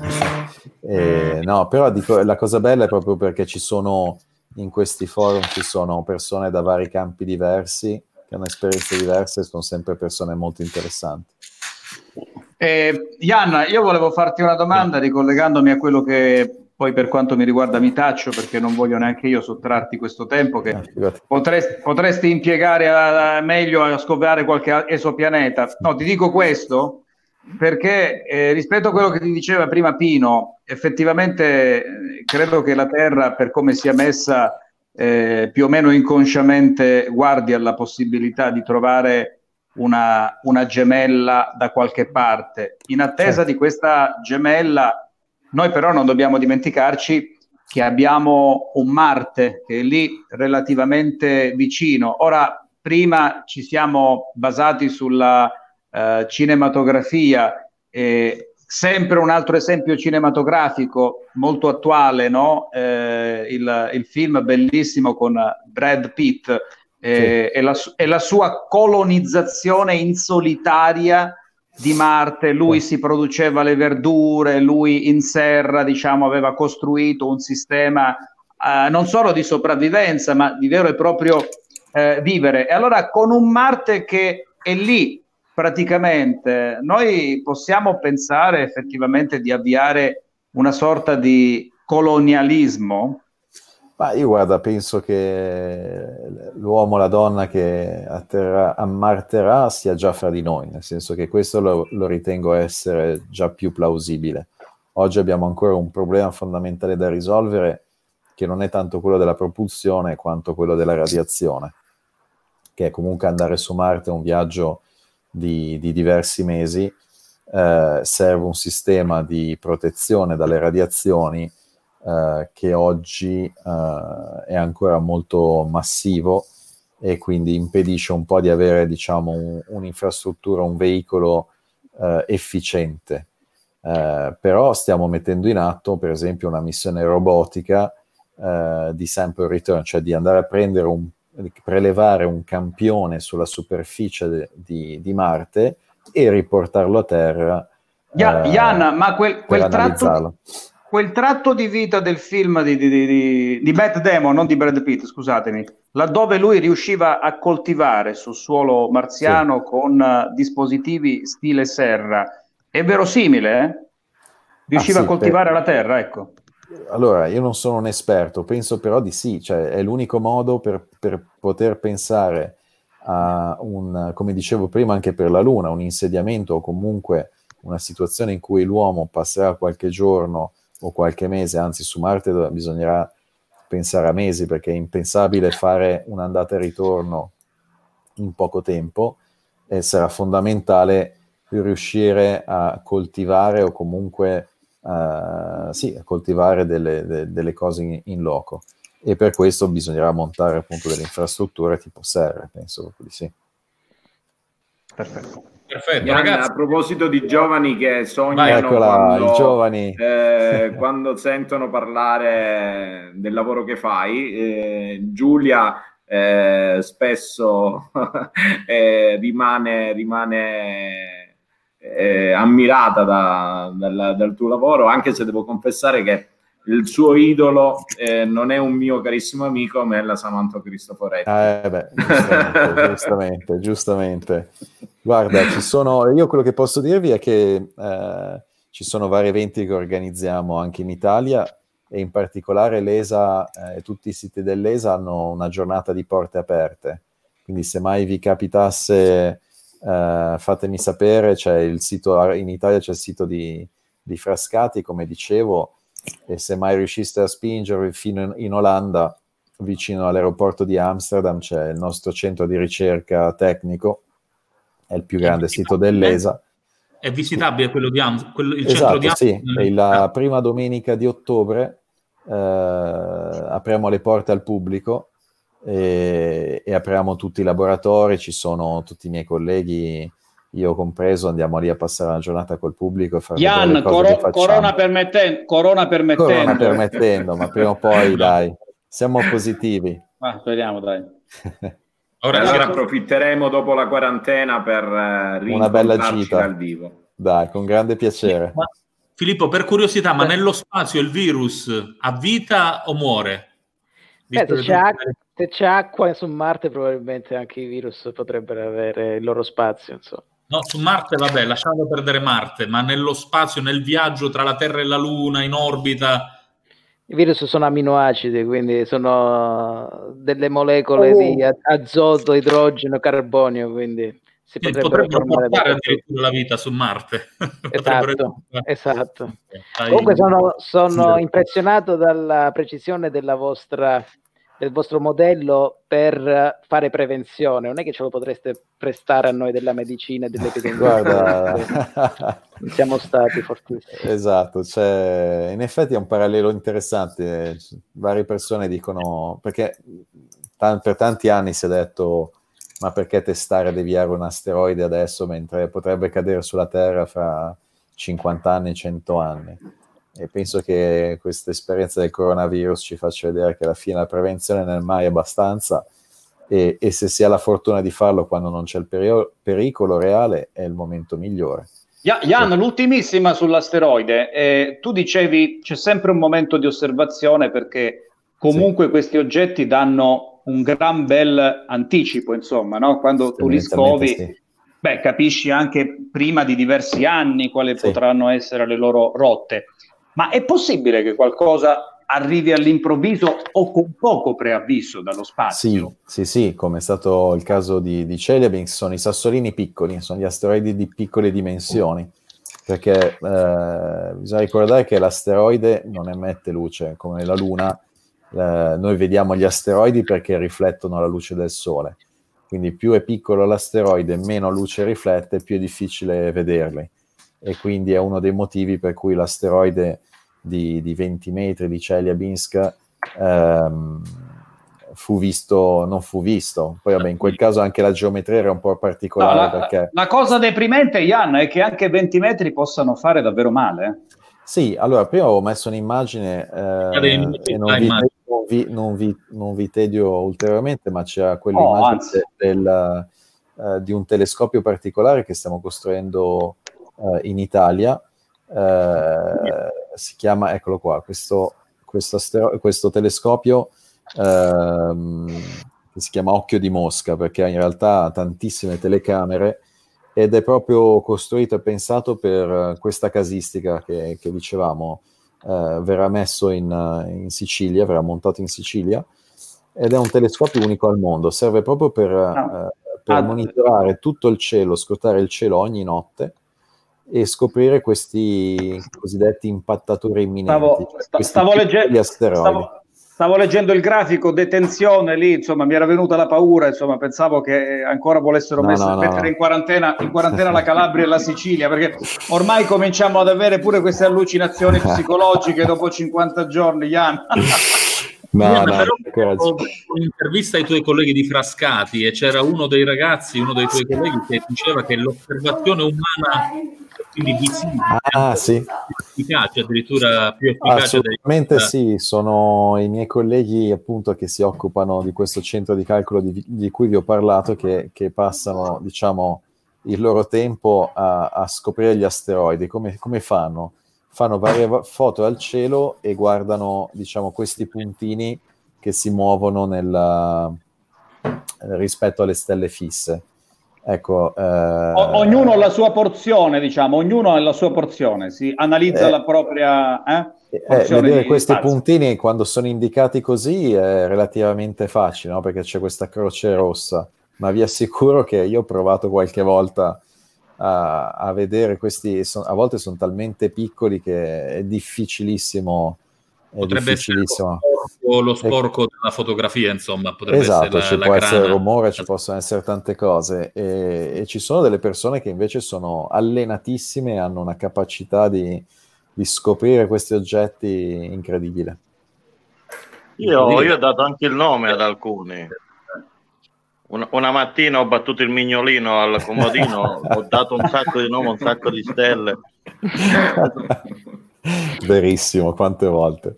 Speaker 11: No, però dico, la cosa bella è proprio perché in questi forum ci sono persone da vari campi diversi, che hanno esperienze diverse, sono sempre persone molto interessanti.
Speaker 12: Ian, io volevo farti una domanda ricollegandomi a quello che poi per quanto mi riguarda mi taccio, perché non voglio neanche io sottrarti questo tempo che potresti impiegare meglio a scovare qualche esopianeta. No, ti dico questo perché rispetto a quello che ti diceva prima Pino, effettivamente credo che la Terra, per come sia messa, più o meno inconsciamente guardi alla possibilità di trovare una gemella da qualche parte. In attesa di questa gemella, noi però non dobbiamo dimenticarci che abbiamo un Marte che è lì relativamente vicino. Ora, prima ci siamo basati sulla cinematografia, sempre un altro esempio cinematografico molto attuale, no? Il film bellissimo con Brad Pitt e la sua colonizzazione in solitaria di Marte. Lui si produceva le verdure, lui in serra, aveva costruito un sistema non solo di sopravvivenza, ma di vero e proprio vivere. E allora con un Marte che è lì, praticamente, noi possiamo pensare effettivamente di avviare una sorta di colonialismo?
Speaker 11: Ma io guarda, penso che l'uomo, la donna che ammarterà sia già fra di noi, nel senso che questo lo ritengo essere già più plausibile. Oggi abbiamo ancora un problema fondamentale da risolvere, che non è tanto quello della propulsione quanto quello della radiazione, che è comunque andare su Marte è un viaggio di diversi mesi. Serve un sistema di protezione dalle radiazioni che oggi è ancora molto massivo e quindi impedisce un po' di avere un'infrastruttura, un veicolo efficiente. Però stiamo mettendo in atto per esempio una missione robotica di sample return, cioè di andare a prelevare un campione sulla superficie di Marte e riportarlo a terra.
Speaker 12: Ian, ma quel tratto di vita del film di Matt Damon, non di Brad Pitt, scusatemi, laddove lui riusciva a coltivare sul suolo marziano con dispositivi stile serra, è verosimile? Riusciva a coltivare la terra, ecco.
Speaker 11: Allora, io non sono un esperto, penso però di sì, cioè è l'unico modo per poter pensare a come dicevo prima anche per la Luna, un insediamento o comunque una situazione in cui l'uomo passerà qualche giorno o qualche mese, anzi su Marte bisognerà pensare a mesi, perché è impensabile fare un'andata e ritorno in poco tempo, e sarà fondamentale riuscire a coltivare o comunque a coltivare delle cose in loco, e per questo bisognerà montare appunto delle infrastrutture tipo serre, penso di sì.
Speaker 12: Perfetto.
Speaker 1: Perfetto,
Speaker 6: Ian,
Speaker 1: ragazzi.
Speaker 6: A proposito di giovani che sognano
Speaker 11: i giovani.
Speaker 6: Quando sentono parlare del lavoro che fai, Giulia spesso rimane ammirata dal tuo lavoro, anche se devo confessare che il suo idolo non è un mio carissimo amico, ma è la Samantha Cristoforetti.
Speaker 11: Giustamente. Guarda, io quello che posso dirvi è che ci sono vari eventi che organizziamo anche in Italia, e in particolare l'ESA e tutti i siti dell'ESA hanno una giornata di porte aperte, quindi se mai vi capitasse fatemi sapere. C'è il sito in Italia, c'è il sito di Frascati, come dicevo, e se mai riusciste a spingervi fino in Olanda, vicino all'aeroporto di Amsterdam, c'è il nostro centro di ricerca tecnico, è il più grande sito dell'ESA.
Speaker 1: È visitabile quello di Amsterdam? Il
Speaker 11: esatto,
Speaker 1: centro di Amsterdam?
Speaker 11: Sì, la prima domenica di ottobre apriamo le porte al pubblico e apriamo tutti i laboratori, ci sono tutti i miei colleghi, io compreso, andiamo lì a passare una giornata col pubblico e far vedere le cose che facciamo.
Speaker 12: Corona permettendo,
Speaker 11: ma prima o poi dai, siamo positivi.
Speaker 12: Speriamo, dai.
Speaker 6: Allora approfitteremo dopo la quarantena per
Speaker 11: una bella gita
Speaker 6: dal vivo.
Speaker 11: Dai, con grande piacere.
Speaker 1: Filippo, per curiosità, ma nello spazio il virus ha vita o muore?
Speaker 3: Se c'è acqua su Marte, probabilmente anche i virus potrebbero avere il loro spazio, insomma.
Speaker 1: No, su Marte, vabbè, lasciamo perdere Marte, ma nello spazio, nel viaggio tra la Terra e la Luna, in orbita...
Speaker 3: I virus sono aminoacidi, quindi sono delle molecole di azoto, idrogeno, carbonio, quindi si
Speaker 1: potrebbero portare addirittura la vita su Marte.
Speaker 3: Esatto. Comunque sono impressionato dalla precisione del vostro modello per fare prevenzione. Non è che ce lo potreste prestare a noi della medicina e dell'epidemia.
Speaker 11: Guarda,
Speaker 3: siamo stati fortissimi.
Speaker 11: Esatto, in effetti è un parallelo interessante. Varie persone dicono, perché per tanti anni si è detto, ma perché testare e deviare un asteroide adesso mentre potrebbe cadere sulla Terra fra 50 anni, 100 anni? E penso che questa esperienza del coronavirus ci faccia vedere che alla fine la prevenzione non è mai abbastanza, e se si ha la fortuna di farlo quando non c'è il pericolo reale, è il momento migliore.
Speaker 12: Jan, l'ultimissima sull'asteroide. Tu dicevi c'è sempre un momento di osservazione, perché comunque questi oggetti danno un gran bel anticipo, insomma, no? Quando tu li scovi, capisci anche prima di diversi anni quali potranno essere le loro rotte. Ma è possibile che qualcosa arrivi all'improvviso o con poco preavviso dallo spazio?
Speaker 11: Sì, come è stato il caso di Chelyabinsk. Sono i sassolini piccoli, sono gli asteroidi di piccole dimensioni, perché bisogna ricordare che l'asteroide non emette luce come la Luna. Noi vediamo gli asteroidi perché riflettono la luce del Sole, quindi più è piccolo l'asteroide, meno luce riflette, più è difficile vederli. E quindi è uno dei motivi per cui l'asteroide di 20 metri di Chelyabinsk non fu visto. Poi vabbè, in quel caso anche la geometria era un po' particolare. Perché...
Speaker 12: La cosa deprimente, Jan, è che anche 20 metri possano fare davvero male.
Speaker 11: Sì, allora prima avevo messo un'immagine e non vi tedio ulteriormente, ma c'è quell'immagine di un telescopio particolare che stiamo costruendo in Italia, si chiama, eccolo qua, questo telescopio che si chiama Occhio di Mosca, perché in realtà ha tantissime telecamere ed è proprio costruito e pensato per questa casistica che dicevamo. Verrà messo in Sicilia, verrà montato in Sicilia, ed è un telescopio unico al mondo, serve proprio per monitorare tutto il cielo, scrutare il cielo ogni notte e scoprire questi cosiddetti impattatori imminenti,
Speaker 12: stavo leggendo il grafico detenzione lì, insomma mi era venuta la paura, insomma pensavo che ancora volessero mettere in quarantena la Calabria e la Sicilia, perché ormai cominciamo ad avere pure queste allucinazioni psicologiche dopo 50 giorni, Jan.
Speaker 1: Però un'intervista ai tuoi colleghi di Frascati e c'era uno dei ragazzi, uno dei tuoi colleghi che diceva che l'osservazione umana, quindi visibile,
Speaker 11: sì,
Speaker 1: efficace, addirittura più efficace.
Speaker 11: Assolutamente sì, sono i miei colleghi appunto che si occupano di questo centro di calcolo di cui vi ho parlato, che passano, diciamo, il loro tempo a scoprire gli asteroidi. Come fanno? Fanno varie foto al cielo e guardano, diciamo, questi puntini che si muovono rispetto alle stelle fisse. Ecco,
Speaker 12: ognuno ha la sua porzione, diciamo, ognuno ha la sua porzione, si analizza la propria porzione.
Speaker 11: Vedere questi
Speaker 12: spazio.
Speaker 11: puntini quando sono indicati così è relativamente facile, no? Perché c'è questa croce rossa, ma vi assicuro che io ho provato qualche volta a vedere questi, a volte sono talmente piccoli che è difficilissimo.
Speaker 1: Potrebbe essere lo sporco della fotografia, insomma. Potrebbe
Speaker 11: esatto,
Speaker 1: essere
Speaker 11: ci può essere rumore, ci possono essere tante cose, e ci sono delle persone che invece sono allenatissime e hanno una capacità di scoprire questi oggetti incredibile.
Speaker 10: Io ho dato anche il nome ad alcuni. Una mattina ho battuto il mignolino al comodino, ho dato un sacco di nomi, un sacco di stelle.
Speaker 11: Verissimo, quante volte.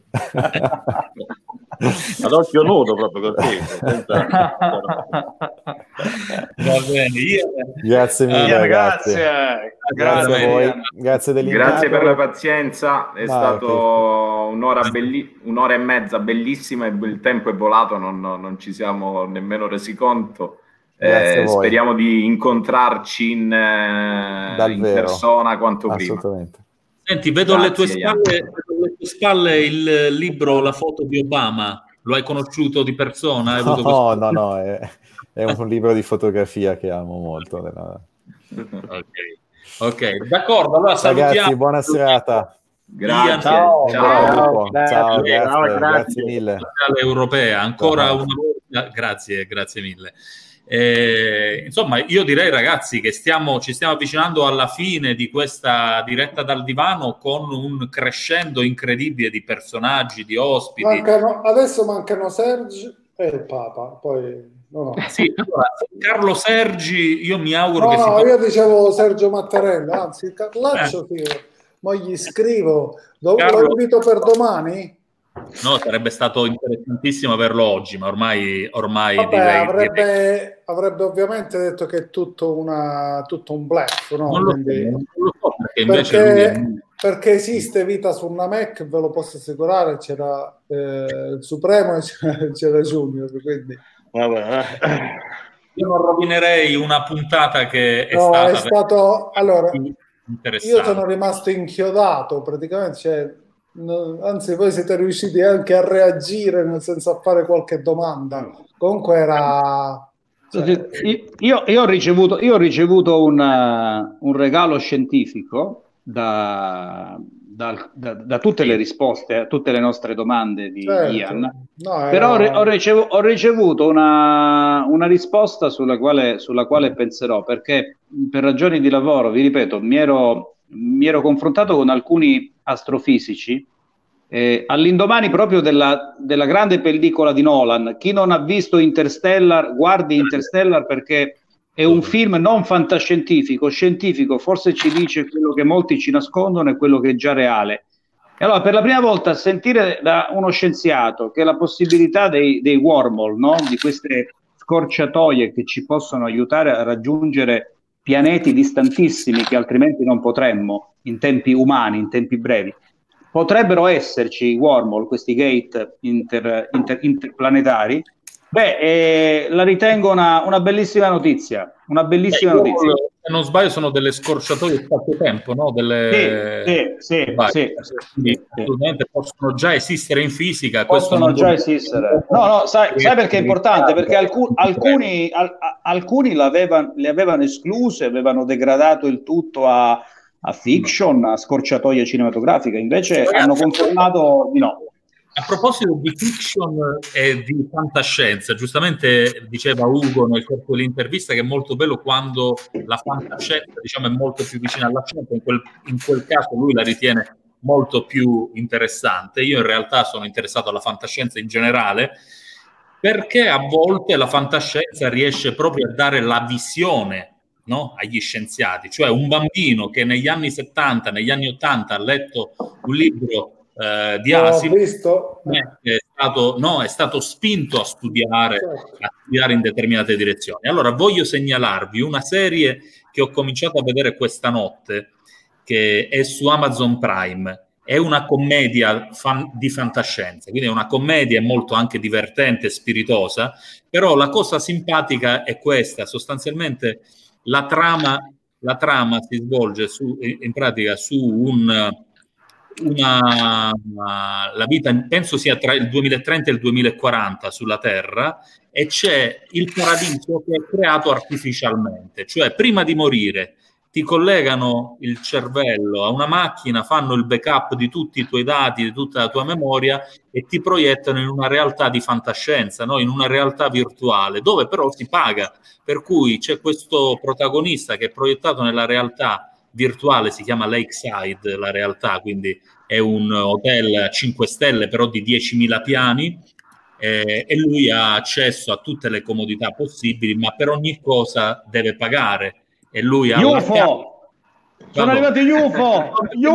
Speaker 10: Ad occhio nudo, proprio così.
Speaker 1: Va bene,
Speaker 11: grazie mille, ragazzi.
Speaker 6: Grazie
Speaker 11: a voi, grazie dell'invito.
Speaker 6: Grazie per la pazienza, è stato un'ora e mezza bellissima, e il tempo è volato, non ci siamo nemmeno resi conto. Speriamo di incontrarci in persona quanto prima.
Speaker 1: Senti, vedo alle tue spalle il libro La foto di Obama. Lo hai conosciuto di persona?
Speaker 11: No, è un libro di fotografia che amo molto.
Speaker 1: Ok, d'accordo, allora salutiamo.
Speaker 11: Ragazzi, buona serata.
Speaker 6: Grazie.
Speaker 11: Ciao, grazie mille.
Speaker 1: Europea, ancora una volta, grazie mille. Insomma, io direi, ragazzi, che ci stiamo avvicinando alla fine di questa diretta dal divano, con un crescendo incredibile di personaggi, di ospiti.
Speaker 9: Adesso mancano Sergio e il Papa, poi
Speaker 1: Sì, allora, Carlo Sergi, io mi auguro che
Speaker 9: io dicevo Sergio Mattarella, anzi Carlaccio, ma gli scrivo, lo invito per domani.
Speaker 1: No, sarebbe stato interessantissimo averlo oggi, ma ormai
Speaker 9: avrebbe ovviamente detto che è tutto un bluff, no?
Speaker 1: Non lo so,
Speaker 9: perché esiste vita su una Mac, ve lo posso assicurare, c'era il Supremo e c'era Junior, quindi
Speaker 1: io non rovinerei una puntata che è
Speaker 9: stato allora,
Speaker 1: interessante.
Speaker 9: Io sono rimasto inchiodato praticamente, anzi voi siete riusciti anche a reagire, nel senso a fare qualche domanda. Comunque era
Speaker 12: io ho ricevuto un regalo scientifico da tutte le risposte a tutte le nostre domande di Ian, però ho ricevuto una risposta sulla quale penserò, perché per ragioni di lavoro, vi ripeto, mi ero confrontato con alcuni astrofisici all'indomani proprio della grande pellicola di Nolan. Chi non ha visto Interstellar, guardi Interstellar, perché è un film non fantascientifico, scientifico, forse ci dice quello che molti ci nascondono e quello che è già reale. E allora, per la prima volta, sentire da uno scienziato che la possibilità dei wormhole, no? Di queste scorciatoie che ci possono aiutare a raggiungere pianeti distantissimi che altrimenti non potremmo in tempi umani, in tempi brevi, potrebbero esserci i wormhole, questi gate interplanetari. La ritengo una bellissima notizia. Una bellissima notizia.
Speaker 1: Se non sbaglio, sono delle scorciatoie spazio-tempo, no?
Speaker 12: Sì.
Speaker 1: Assolutamente possono già esistere in fisica.
Speaker 12: Possono già esistere. No, sai perché è importante? Perché alcuni le avevano escluse, avevano degradato il tutto a fiction, a scorciatoie cinematografiche. Invece hanno confermato di no.
Speaker 1: A proposito di fiction e di fantascienza, giustamente diceva Ugo nel corso dell'intervista che è molto bello quando la fantascienza, diciamo, è molto più vicina alla scienza. In quel caso lui la ritiene molto più interessante. Io in realtà sono interessato alla fantascienza in generale, perché a volte la fantascienza riesce proprio a dare la visione, no, agli scienziati. Cioè un bambino che negli anni 70, negli anni 80 ha letto un libro di Asimov, è stato spinto a studiare in determinate direzioni. Allora voglio segnalarvi una serie che ho cominciato a vedere questa notte, che è su Amazon Prime. È una commedia di fantascienza, quindi è una commedia molto anche divertente e spiritosa, però la cosa simpatica è questa: sostanzialmente la trama si svolge in pratica su la vita, penso sia tra il 2030 e il 2040 sulla Terra, e c'è il paradiso che è creato artificialmente, cioè prima di morire ti collegano il cervello a una macchina, fanno il backup di tutti i tuoi dati, di tutta la tua memoria, e ti proiettano in una realtà di fantascienza, no? In una realtà virtuale, dove però si paga. Per cui c'è questo protagonista che è proiettato nella realtà virtuale, si chiama Lakeside, la realtà, quindi è un hotel a 5 stelle, però di 10.000 piani, e lui ha accesso a tutte le comodità possibili, ma per ogni cosa deve pagare. E lui ha
Speaker 12: UFO! Sono arrivati gli UFO!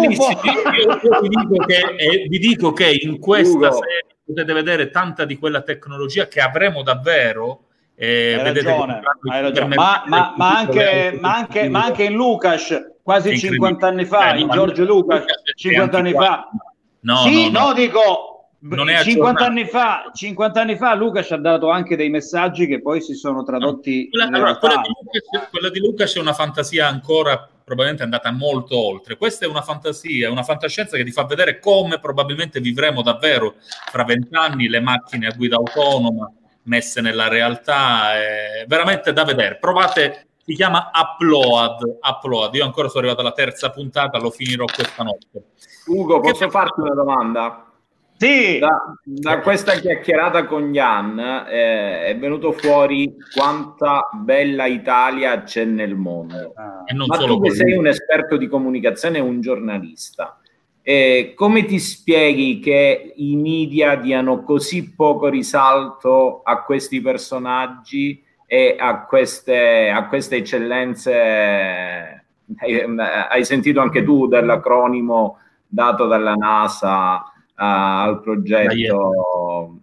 Speaker 1: Vi dico che in questa serie potete vedere tanta di quella tecnologia che avremo davvero.
Speaker 12: Hai ragione. Ma anche in Lucas, quasi 50 anni fa, in George Lucas, 50 anni fa. Dico... Non è 50 anni fa Lucas ha dato anche dei messaggi che poi si sono tradotti.
Speaker 1: Quella di Lucas è una fantasia ancora probabilmente andata molto oltre. Questa è una fantasia, una fantascienza che ti fa vedere come probabilmente vivremo davvero fra 20 anni, le macchine a guida autonoma messe nella realtà, è veramente da vedere. Provate, si chiama Upload. Io ancora sono arrivato alla terza puntata, lo finirò questa notte.
Speaker 6: Ugo, posso farti una domanda?
Speaker 12: Sì.
Speaker 6: Da questa chiacchierata con Jan è venuto fuori quanta bella Italia c'è nel mondo. Ma tu che sei un esperto di comunicazione e un giornalista, come ti spieghi che i media diano così poco risalto a questi personaggi e a queste eccellenze? Hai sentito anche tu dell'acronimo dato dalla NASA al progetto?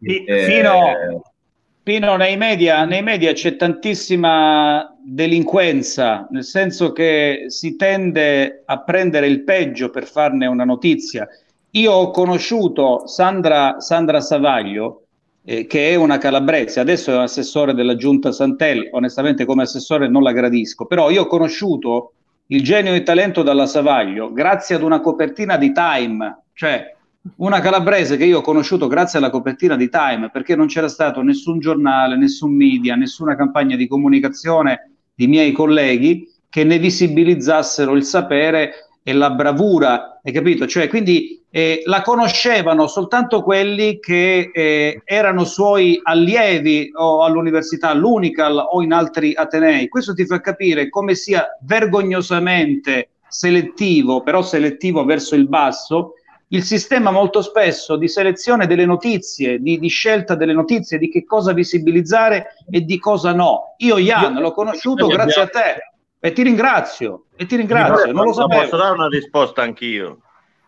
Speaker 12: Pino, nei media c'è tantissima delinquenza, nel senso che si tende a prendere il peggio per farne una notizia. Io ho conosciuto Sandra Savaglio, che è una calabrese, adesso è un assessore della Giunta Santelli. Onestamente come assessore non la gradisco, però io ho conosciuto il genio e il talento dalla Savaglio grazie ad una copertina di Time, cioè una calabrese che io ho conosciuto grazie alla copertina di Time, perché non c'era stato nessun giornale, nessun media, nessuna campagna di comunicazione di miei colleghi che ne visibilizzassero il sapere e la bravura, hai capito? Cioè, quindi la conoscevano soltanto quelli che erano suoi allievi o all'università, all'Unical o in altri atenei. Questo ti fa capire come sia vergognosamente selettivo, però selettivo verso il basso, il sistema molto spesso di selezione delle notizie, di scelta delle notizie, di che cosa visibilizzare e di cosa no. Io Jan l'ho conosciuto grazie a te e ti ringrazio, non lo sapevo.
Speaker 10: Posso dare una risposta anch'io?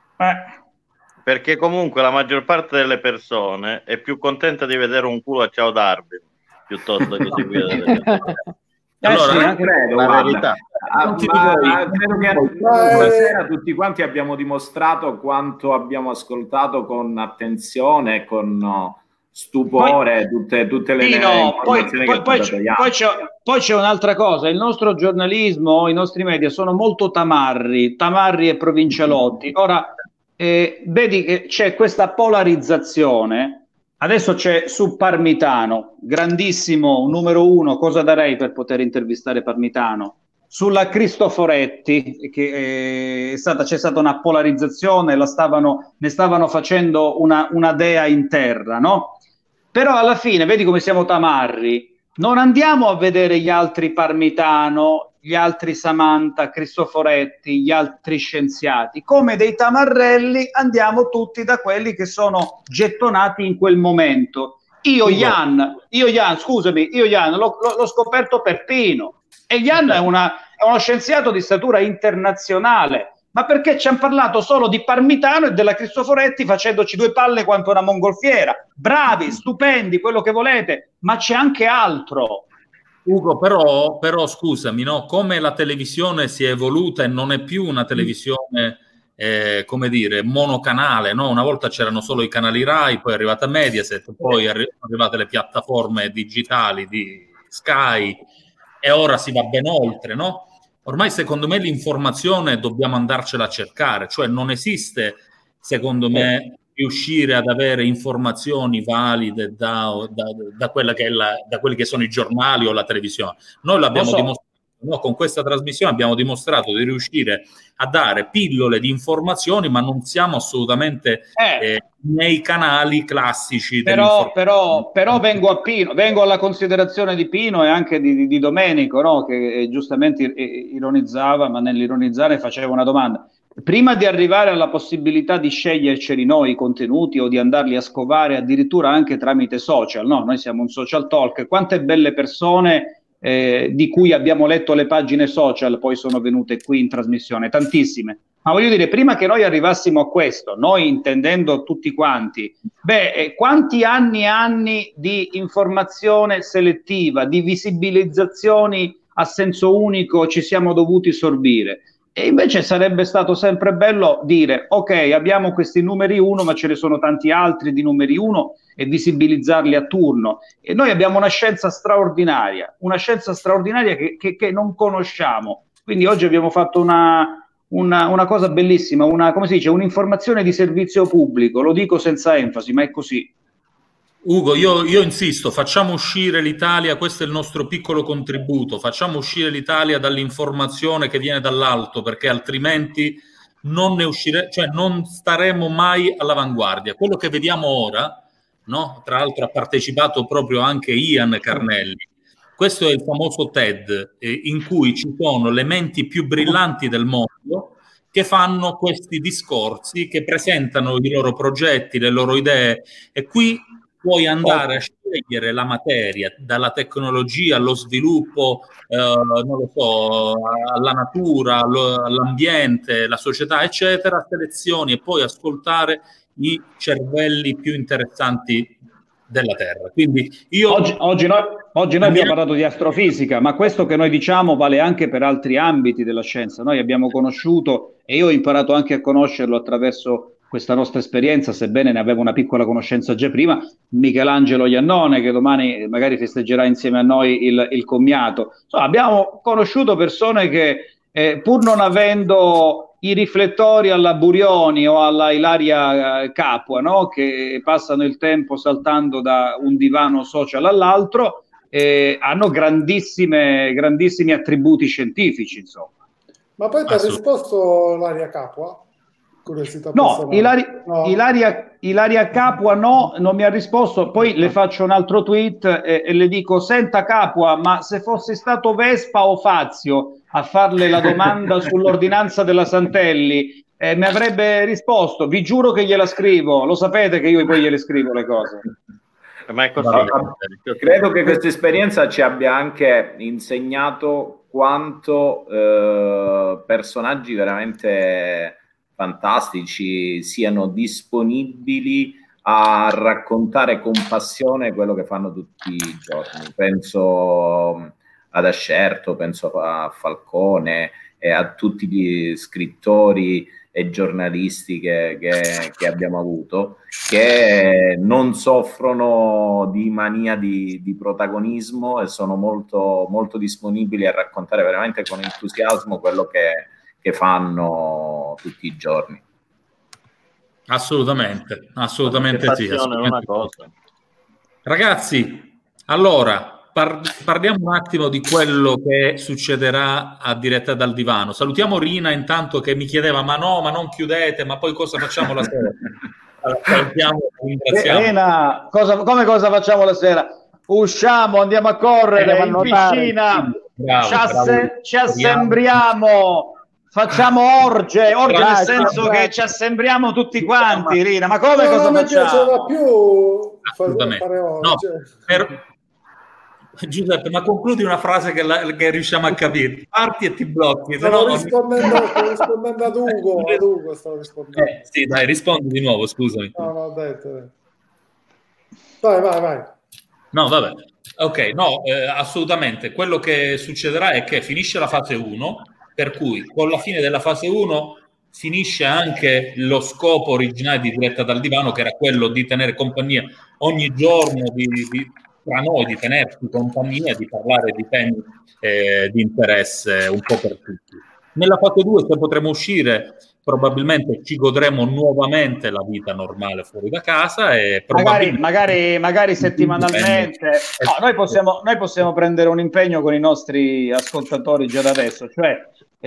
Speaker 10: Perché comunque la maggior parte delle persone è più contenta di vedere un culo a Ciao Darwin piuttosto che seguire delle
Speaker 6: allora, credo, la verità. Credo che stasera tutti quanti abbiamo dimostrato quanto abbiamo ascoltato con attenzione, con stupore tutte le informazioni
Speaker 12: poi c'è un'altra cosa: il nostro giornalismo, i nostri media sono molto tamarri e provincialotti. Ora vedi che c'è questa polarizzazione. Adesso c'è su Parmitano, grandissimo, numero 1, cosa darei per poter intervistare Parmitano? Sulla Cristoforetti, che c'è stata una polarizzazione, ne stavano facendo una dea in terra, no? Però alla fine, vedi come siamo tamarri, non andiamo a vedere gli altri Parmitano, gli altri Samantha, Cristoforetti, gli altri scienziati. Come dei tamarrelli andiamo tutti da quelli che sono gettonati in quel momento. Io Jan l'ho scoperto per Pino, e Jan è uno scienziato di statura internazionale, ma perché ci hanno parlato solo di Parmitano e della Cristoforetti facendoci due palle quanto una mongolfiera. Bravi, stupendi, quello che volete, ma c'è anche altro.
Speaker 1: Ugo, però scusami, no? Come la televisione si è evoluta e non è più una televisione, come dire, monocanale, no? Una volta c'erano solo i canali Rai, poi è arrivata Mediaset, poi sono arrivate le piattaforme digitali di Sky e ora si va ben oltre, no? Ormai secondo me l'informazione dobbiamo andarcela a cercare, cioè non esiste, secondo me, riuscire ad avere informazioni valide da quella che è da quelli che sono i giornali o la televisione. Noi l'abbiamo dimostrato, no? Con questa trasmissione abbiamo dimostrato di riuscire a dare pillole di informazioni, ma non siamo assolutamente nei canali classici.
Speaker 12: Però vengo a Pino, vengo alla considerazione di Pino e anche di Domenico, no? Che giustamente ironizzava, ma nell'ironizzare faceva una domanda. Prima di arrivare alla possibilità di sceglierceli noi i contenuti o di andarli a scovare addirittura anche tramite social, no? Noi siamo un social talk, quante belle persone di cui abbiamo letto le pagine social poi sono venute qui in trasmissione, tantissime. Ma voglio dire, prima che noi arrivassimo a questo, noi intendendo tutti quanti, quanti anni e anni di informazione selettiva, di visibilizzazioni a senso unico ci siamo dovuti sorbire? E invece sarebbe stato sempre bello dire, ok, abbiamo questi numeri 1, ma ce ne sono tanti altri di numeri 1 e visibilizzarli a turno. E noi abbiamo una scienza straordinaria che non conosciamo. Quindi oggi abbiamo fatto una cosa bellissima, come si dice, un'informazione di servizio pubblico. Lo dico senza enfasi, ma è così.
Speaker 1: Ugo, io insisto, facciamo uscire l'Italia, questo è il nostro piccolo contributo, facciamo uscire l'Italia dall'informazione che viene dall'alto, perché altrimenti non ne cioè non staremo mai all'avanguardia. Quello che vediamo ora, no? Tra l'altro ha partecipato proprio anche Ian Carnelli, questo è il famoso TED, in cui ci sono le menti più brillanti del mondo che fanno questi discorsi, che presentano i loro progetti, le loro idee, e qui puoi andare a scegliere la materia, dalla tecnologia allo sviluppo, non lo so, alla natura, all'ambiente, la società, eccetera, selezioni e poi ascoltare i cervelli più interessanti della Terra. Quindi
Speaker 12: oggi noi abbiamo parlato di astrofisica, ma questo che noi diciamo vale anche per altri ambiti della scienza. Noi abbiamo conosciuto, e io ho imparato anche a conoscerlo attraverso questa nostra esperienza, sebbene ne avevo una piccola conoscenza già prima, Michelangelo Iannone, che domani magari festeggerà insieme a noi il commiato. Insomma, abbiamo conosciuto persone che pur non avendo i riflettori alla Burioni o alla Ilaria Capua, no? Che passano il tempo saltando da un divano social all'altro, hanno grandissimi attributi scientifici, insomma.
Speaker 9: Ma poi ti ha risposto Ilaria Capua?
Speaker 12: No, Ilaria Capua no, non mi ha risposto. Poi le faccio un altro tweet e le dico: senta Capua, ma se fossi stato Vespa o Fazio a farle la domanda sull'ordinanza della Santelli, mi avrebbe risposto. Vi giuro che gliela scrivo, lo sapete che io poi gliele scrivo le cose.
Speaker 10: Ma è così.
Speaker 6: Credo che questa esperienza ci abbia anche insegnato quanto personaggi veramente fantastici siano disponibili a raccontare con passione quello che fanno tutti i giorni. Penso ad Ascerto, penso a Falcone e a tutti gli scrittori e giornalisti che abbiamo avuto, che non soffrono di mania di protagonismo e sono molto, molto disponibili a raccontare veramente con entusiasmo quello che fanno tutti i giorni.
Speaker 1: Assolutamente sì.
Speaker 10: Una cosa.
Speaker 1: Ragazzi, allora parliamo un attimo di quello che succederà a Diretta dal Divano. Salutiamo Rina intanto, che mi chiedeva ma non chiudete, ma poi cosa facciamo la sera? Salutiamo, ringraziamo.
Speaker 12: Rina, cosa facciamo la sera? Usciamo, andiamo a correre in piscina.
Speaker 5: ci assembriamo, facciamo orge nel senso che ci assembriamo tutti quanti, Rina, ma come cosa facciamo?
Speaker 9: Più
Speaker 1: assolutamente
Speaker 9: fare orge.
Speaker 1: Giuseppe, ma concludi una frase che riusciamo a capire. Parti e ti blocchi.
Speaker 9: Stavo rispondendo ad Ugo stavo rispondendo.
Speaker 1: Sì, dai, rispondi di nuovo, scusami.
Speaker 9: No, ho detto. Vai.
Speaker 1: No, vabbè. Ok, no, assolutamente. Quello che succederà è che finisce la fase 1, per cui con la fine della fase 1 finisce anche lo scopo originale di Diretta dal Divano, che era quello di tenere compagnia ogni giorno tra noi, di tenerci compagnia, di parlare di temi di interesse un po' per tutti. Nella fase 2, se potremo uscire, probabilmente ci godremo nuovamente la vita normale fuori da casa e
Speaker 5: magari settimanalmente. No, noi possiamo prendere un impegno con i nostri ascoltatori già da adesso, cioè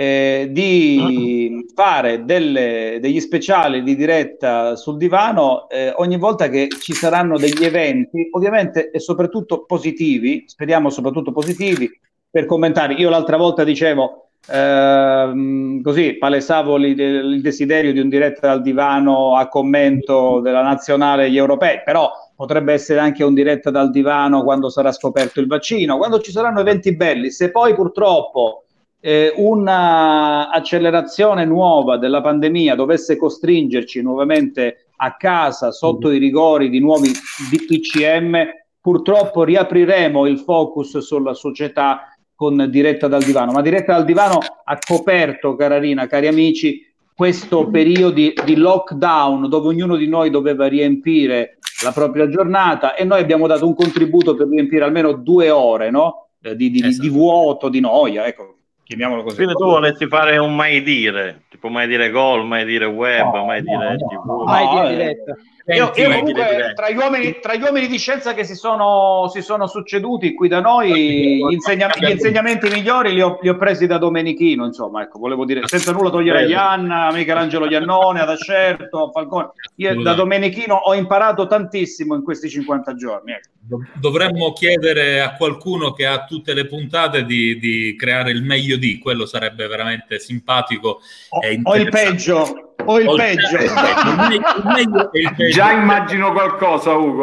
Speaker 5: di fare degli speciali di diretta sul divano ogni volta che ci saranno degli eventi, ovviamente, e soprattutto positivi, speriamo soprattutto positivi, per commentare. Io l'altra volta dicevo, così palesavo il desiderio di un diretta dal divano a commento della nazionale degli europei, però potrebbe essere anche un diretta dal divano quando sarà scoperto il vaccino, quando ci saranno eventi belli. Se poi purtroppo una accelerazione nuova della pandemia dovesse costringerci nuovamente a casa sotto i rigori di nuovi DPCM, purtroppo riapriremo il focus sulla società con Diretta dal Divano. Ma Diretta dal Divano ha coperto, cara Rina, cari amici, questo periodo di lockdown dove ognuno di noi doveva riempire la propria giornata, e noi abbiamo dato un contributo per riempire almeno 2 ore, no? Di vuoto, di noia, ecco, chiamiamolo così.
Speaker 10: Quindi tu volessi fare un mai dire, tipo mai dire gol, mai dire web, mai dire TV.
Speaker 5: Mai dire diretta. Io comunque tra gli uomini di scienza che si sono succeduti qui da noi, gli insegnamenti migliori li ho presi da Domenichino, insomma, ecco, volevo dire, senza nulla togliere a Ianna, a Michelangelo Iannone, ad Ascerto, a Falcone. Io da Domenichino ho imparato tantissimo in questi 50 giorni. Ecco.
Speaker 1: Dovremmo chiedere a qualcuno che ha tutte le puntate di creare il meglio di, quello sarebbe veramente simpatico.
Speaker 5: O il peggio. Il meglio e il peggio.
Speaker 6: Già immagino qualcosa, Ugo.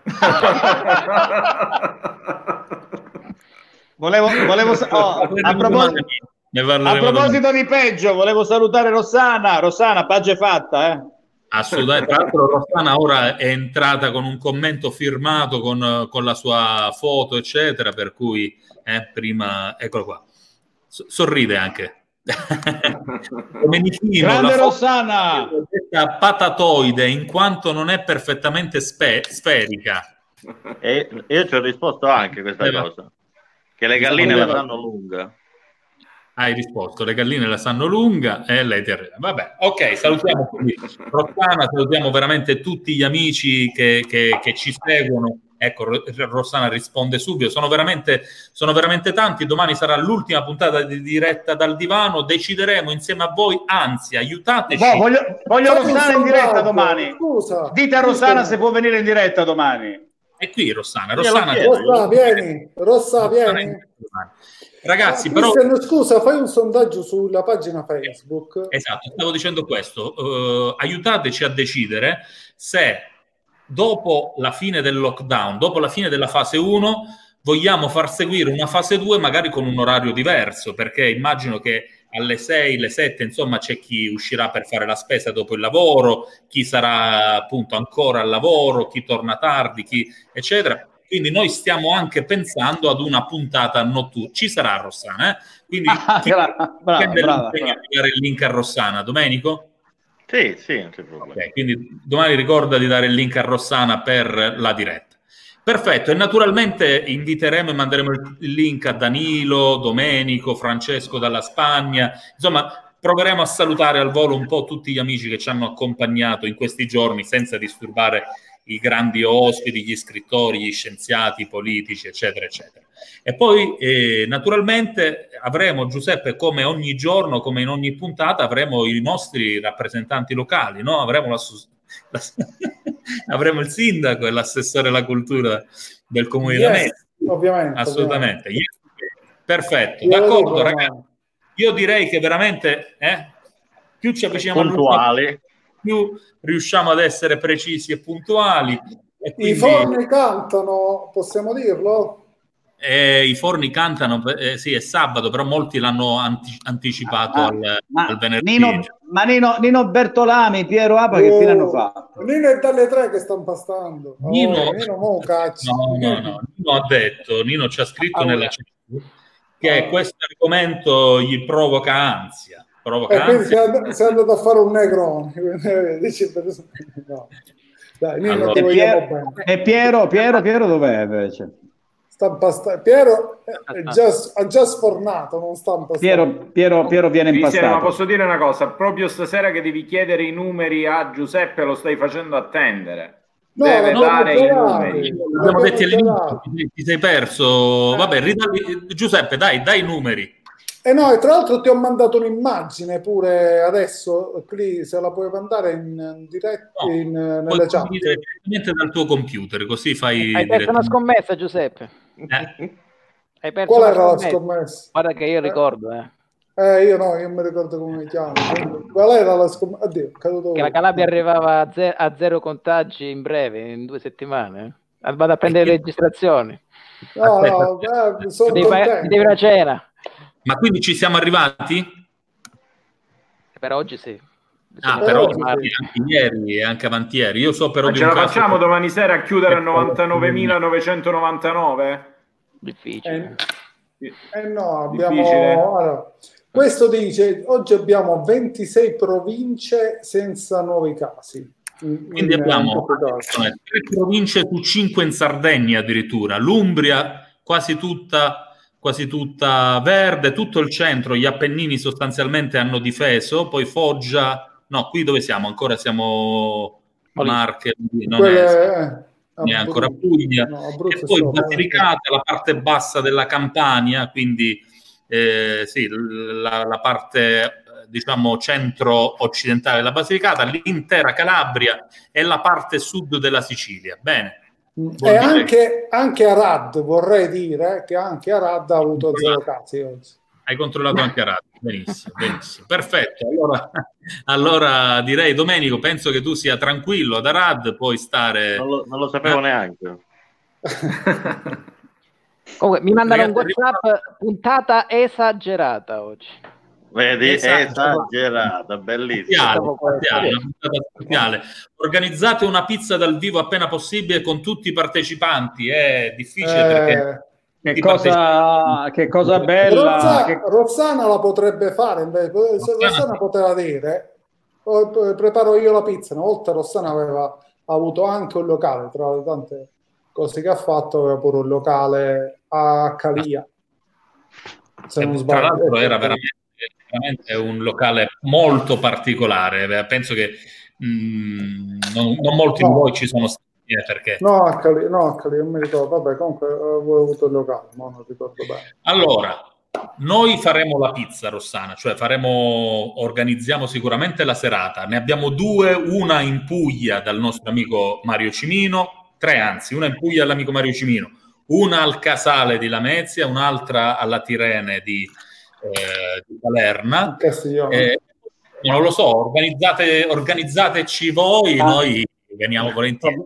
Speaker 5: A proposito di peggio, volevo salutare Rossana, pace fatta,
Speaker 1: Assolutamente. Tra l'altro Rossana ora è entrata con un commento firmato con la sua foto, eccetera, per cui prima, eccolo qua, sorride anche.
Speaker 5: Grande Rossana,
Speaker 1: patatoide in quanto non è perfettamente sferica,
Speaker 10: e io ci ho risposto anche questa cosa, che le galline la sanno lunga.
Speaker 1: Hai risposto, le galline la sanno lunga e lei ti arriva. Vabbè, ok, salutiamo quindi Rossana, salutiamo veramente tutti gli amici che ci seguono. Ecco, Rossana risponde subito. Sono veramente tanti. Domani sarà l'ultima puntata di Diretta dal Divano. Decideremo insieme a voi. Anzi, aiutateci.
Speaker 5: No, voglio Rossana in diretta domani. Scusa. Dite a Rossana se può venire in diretta domani.
Speaker 1: È qui Rossana.
Speaker 9: Vieni.
Speaker 1: Ragazzi, però...
Speaker 9: Scusa, fai un sondaggio sulla pagina Facebook.
Speaker 1: Esatto, stavo dicendo questo. Aiutateci a decidere se dopo la fine del lockdown, dopo la fine della fase 1, vogliamo far seguire una fase 2 magari con un orario diverso, perché immagino che alle 6, alle 7, insomma, c'è chi uscirà per fare la spesa dopo il lavoro, chi sarà appunto ancora al lavoro, chi torna tardi, chi eccetera. Quindi noi stiamo anche pensando ad una puntata notturna. Ci sarà Rossana, Quindi brava. Il link a Rossana, Domenico?
Speaker 10: Sì, non c'è problema.
Speaker 1: Okay, quindi domani ricorda di dare il link a Rossana per la diretta. Perfetto, e naturalmente inviteremo e manderemo il link a Danilo, Domenico, Francesco dalla Spagna. Insomma, proveremo a salutare al volo un po' tutti gli amici che ci hanno accompagnato in questi giorni senza disturbare i grandi ospiti, gli scrittori, gli scienziati, i politici, eccetera, eccetera. E poi naturalmente avremo, Giuseppe, come ogni giorno, come in ogni puntata, avremo i nostri rappresentanti locali, no? Avremo avremo il sindaco e l'assessore alla cultura del comune di Lamezia.
Speaker 9: Ovviamente.
Speaker 1: Assolutamente. Perfetto, d'accordo ragazzi. Io direi che veramente più ci avviciniamo
Speaker 10: puntuali,
Speaker 1: più riusciamo ad essere precisi e puntuali. E quindi...
Speaker 9: I forni cantano, possiamo dirlo?
Speaker 1: I forni cantano, sì, è sabato, però molti l'hanno anticipato al venerdì.
Speaker 12: Nino Bertolami, Piero Apa, che fine hanno fatto?
Speaker 9: Nino è dalle 3 che sta impastando.
Speaker 1: Nino ha detto, Nino ci ha scritto nella chat che questo argomento gli provoca ansia.
Speaker 9: Quindi sei andato a fare un Negroni. No. Dai, Nino, allora, ti vogliamo bene.
Speaker 12: E Piero dov'è invece?
Speaker 9: Piero ha già sfornato, non sta impastando.
Speaker 12: Piero viene impastato.
Speaker 6: Ma posso dire una cosa? Proprio stasera che devi chiedere i numeri a Giuseppe lo stai facendo attendere.
Speaker 9: No,
Speaker 6: deve dare i numeri.
Speaker 1: Abbiamo detti all'inizio, ti sei perso. Vabbè, Giuseppe, dai i numeri.
Speaker 9: E tra l'altro ti ho mandato un'immagine pure adesso, qui se la puoi mandare in diretta nella chat.
Speaker 1: Direttamente dal tuo computer, così fai...
Speaker 3: Hai perso una scommessa, Giuseppe. Hai perso
Speaker 9: Qual era la scommessa?
Speaker 3: Guarda che io ricordo,
Speaker 9: io mi ricordo come mi chiamo. Qual era la scommessa? Addio, caduto.
Speaker 3: Che la Calabria arrivava a 0 contagi in breve, in 2 settimane. Vado a prendere le registrazioni.
Speaker 9: Sono
Speaker 3: devi una cena.
Speaker 1: Ma quindi ci siamo arrivati?
Speaker 3: Per oggi sì.
Speaker 1: Per oggi anche ieri e anche avanti ieri. Io so però
Speaker 6: ce la facciamo domani sera a chiudere a 99.999?
Speaker 3: Difficile.
Speaker 9: Allora, questo dice oggi abbiamo 26 province senza nuovi casi.
Speaker 1: Quindi abbiamo 3 province su 5 in Sardegna addirittura. L'Umbria quasi tutta verde, tutto il centro, gli Appennini sostanzialmente hanno difeso, poi Foggia, qui dove siamo? Ancora siamo Marche, non è ancora Puglia, e poi Basilicata, la parte bassa della Campania, quindi sì, la parte diciamo centro-occidentale della Basilicata, l'intera Calabria e la parte sud della Sicilia. Bene.
Speaker 9: E anche Arad, vorrei dire che anche Arad ha avuto 0 casi oggi.
Speaker 1: Hai controllato anche Arad, benissimo. Perfetto, allora direi, Domenico, penso che tu sia tranquillo ad Arad, puoi stare...
Speaker 10: Non lo sapevo neanche.
Speaker 3: Comunque, mi mandano un WhatsApp, puntata esagerata oggi.
Speaker 10: Vedi, esagerata, bellissima.
Speaker 1: Spaziale. Organizzate una pizza dal vivo appena possibile con tutti i partecipanti. È difficile perché
Speaker 12: che cosa bella.
Speaker 9: Rossana la potrebbe fare. Rossana poteva dire: preparo io la pizza. Una volta Rossana aveva avuto anche un locale, tra le tante cose che ha fatto, aveva pure un locale a Calia. Se non sbaglio.
Speaker 1: Tra l'altro era veramente un locale molto particolare. Penso che non molti di voi ci sono stati perché
Speaker 9: a Cali non mi ricordo. Vabbè, comunque avevo avuto il locale, ma non ricordo bene.
Speaker 1: Allora, noi faremo la pizza, Rossana, cioè organizziamo sicuramente la serata. Ne abbiamo 2, una in Puglia dal nostro amico Mario Cimino, 3 anzi, una in Puglia dall'amico Mario Cimino, una al Casale di Lamezia, un'altra alla Tirene di Palerna. Non lo so, organizzateci voi, noi veniamo volentieri.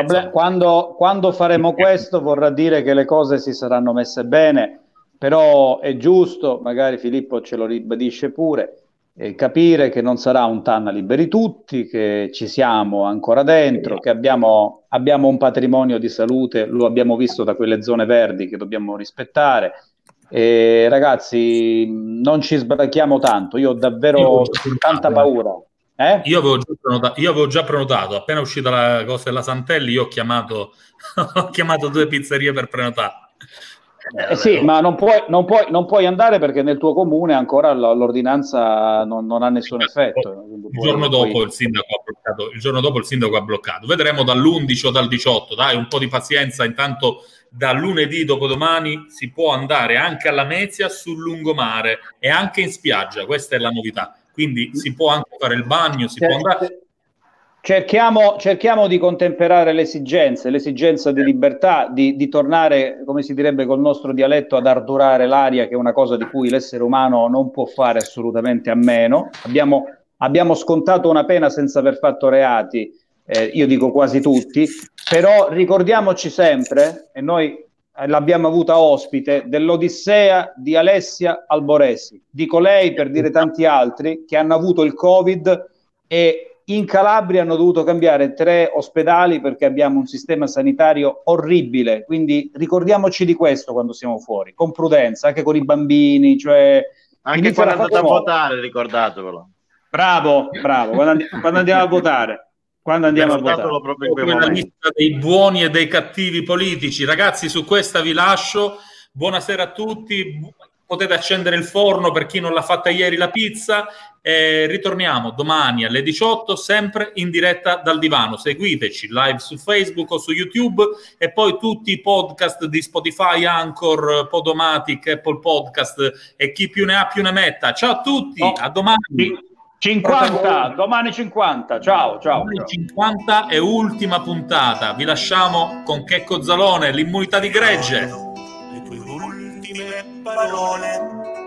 Speaker 12: Quando faremo questo vorrà dire che le cose si saranno messe bene, però è giusto, magari Filippo ce lo ribadisce pure, capire che non sarà un Tanna liberi tutti, che ci siamo ancora dentro, che abbiamo un patrimonio di salute, lo abbiamo visto da quelle zone verdi che dobbiamo rispettare. Ragazzi, non ci sbrachiamo tanto, io ho davvero tanta paura.
Speaker 1: Io avevo già prenotato, appena uscita la cosa della Santelli, io ho chiamato 2 pizzerie per prenotare.
Speaker 12: Sì, ma non puoi andare perché nel tuo comune ancora l'ordinanza non ha nessun effetto.
Speaker 1: Il giorno dopo il sindaco ha bloccato. Vedremo dall'11 o dal 18, dai, un po' di pazienza. Intanto da lunedì dopodomani si può andare anche a Lamezia sul lungomare e anche in spiaggia, questa è la novità. Quindi si può anche fare il bagno, si può andare.
Speaker 12: cerchiamo di contemperare l'esigenza di libertà, di tornare, come si direbbe col nostro dialetto, ad ardurare l'aria, che è una cosa di cui l'essere umano non può fare assolutamente a meno. Abbiamo scontato una pena senza aver fatto reati, io dico quasi tutti, però ricordiamoci sempre, e noi l'abbiamo avuta ospite, dell'odissea di Alessia Alboresi. Dico lei per dire tanti altri che hanno avuto il Covid e in Calabria hanno dovuto cambiare 3 ospedali perché abbiamo un sistema sanitario orribile, quindi ricordiamoci di questo quando siamo fuori, con prudenza, anche con i bambini, cioè
Speaker 10: anche quando andate a votare, ricordatevelo.
Speaker 12: Bravo, quando andiamo a votare. Quando andiamo a votare.
Speaker 1: Proprio la lista dei buoni e dei cattivi politici. Ragazzi, su questa vi lascio. Buonasera a tutti. Potete accendere il forno per chi non l'ha fatta ieri la pizza. Ritorniamo domani alle 18, sempre in diretta dal divano. Seguiteci live su Facebook o su YouTube e poi tutti i podcast di Spotify, Anchor, Podomatic, Apple Podcast e chi più ne ha più ne metta. Ciao a tutti, a domani.
Speaker 12: 50, domani 50, ciao.
Speaker 1: 50 e ultima puntata. Vi lasciamo con Checco Zalone, l'immunità di gregge.
Speaker 2: Le tue ultime parole.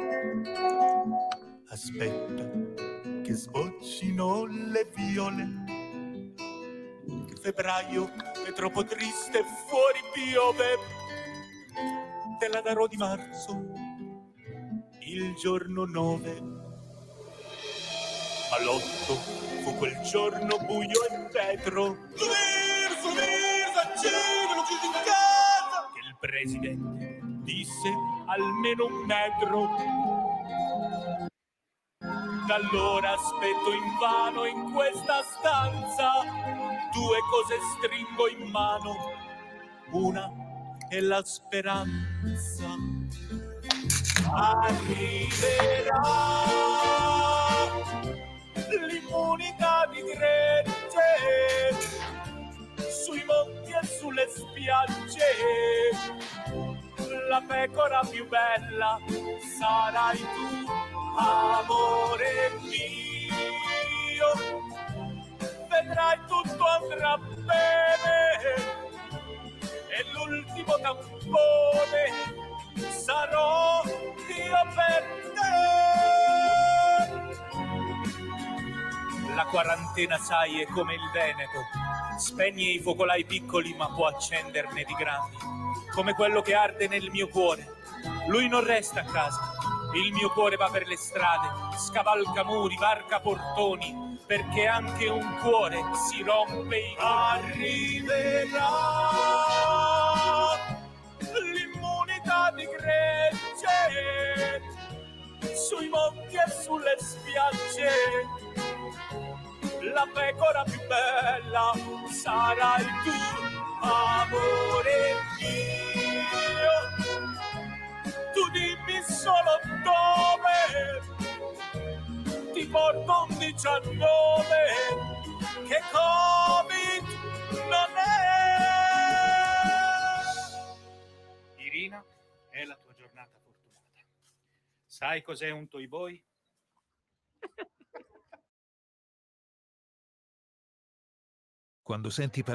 Speaker 2: Aspetta che sboccino le viole. Febbraio è troppo triste, fuori piove. Te la darò di marzo, il giorno 9. All'8 fu quel giorno buio e tetro. Suvir, accendilo, chiudi in casa. Che il presidente disse almeno 1 metro. Da allora aspetto invano in questa stanza. 2 cose stringo in mano. Una è la speranza. Arriverà l'immunità di gregge sui monti e sulle spiagge. La pecora più bella sarai tu, amore mio. Vedrai tutto andrà bene e l'ultimo tampone sarò io per te. La quarantena, sai, è come il Veneto. Spegne i focolai piccoli ma può accenderne di grandi. Come quello che arde nel mio cuore. Lui non resta a casa. Il mio cuore va per le strade, scavalca muri, varca portoni, perché anche un cuore si rompe in... Arriverà l'immunità di gregge sui monti e sulle spiagge. La pecora più bella sarai tu, amore mio. Tu dimmi solo dove ti porto un 19, che Covid non è. Irina, è la tua giornata fortunata. Sai cos'è un toy boy?
Speaker 13: Quando senti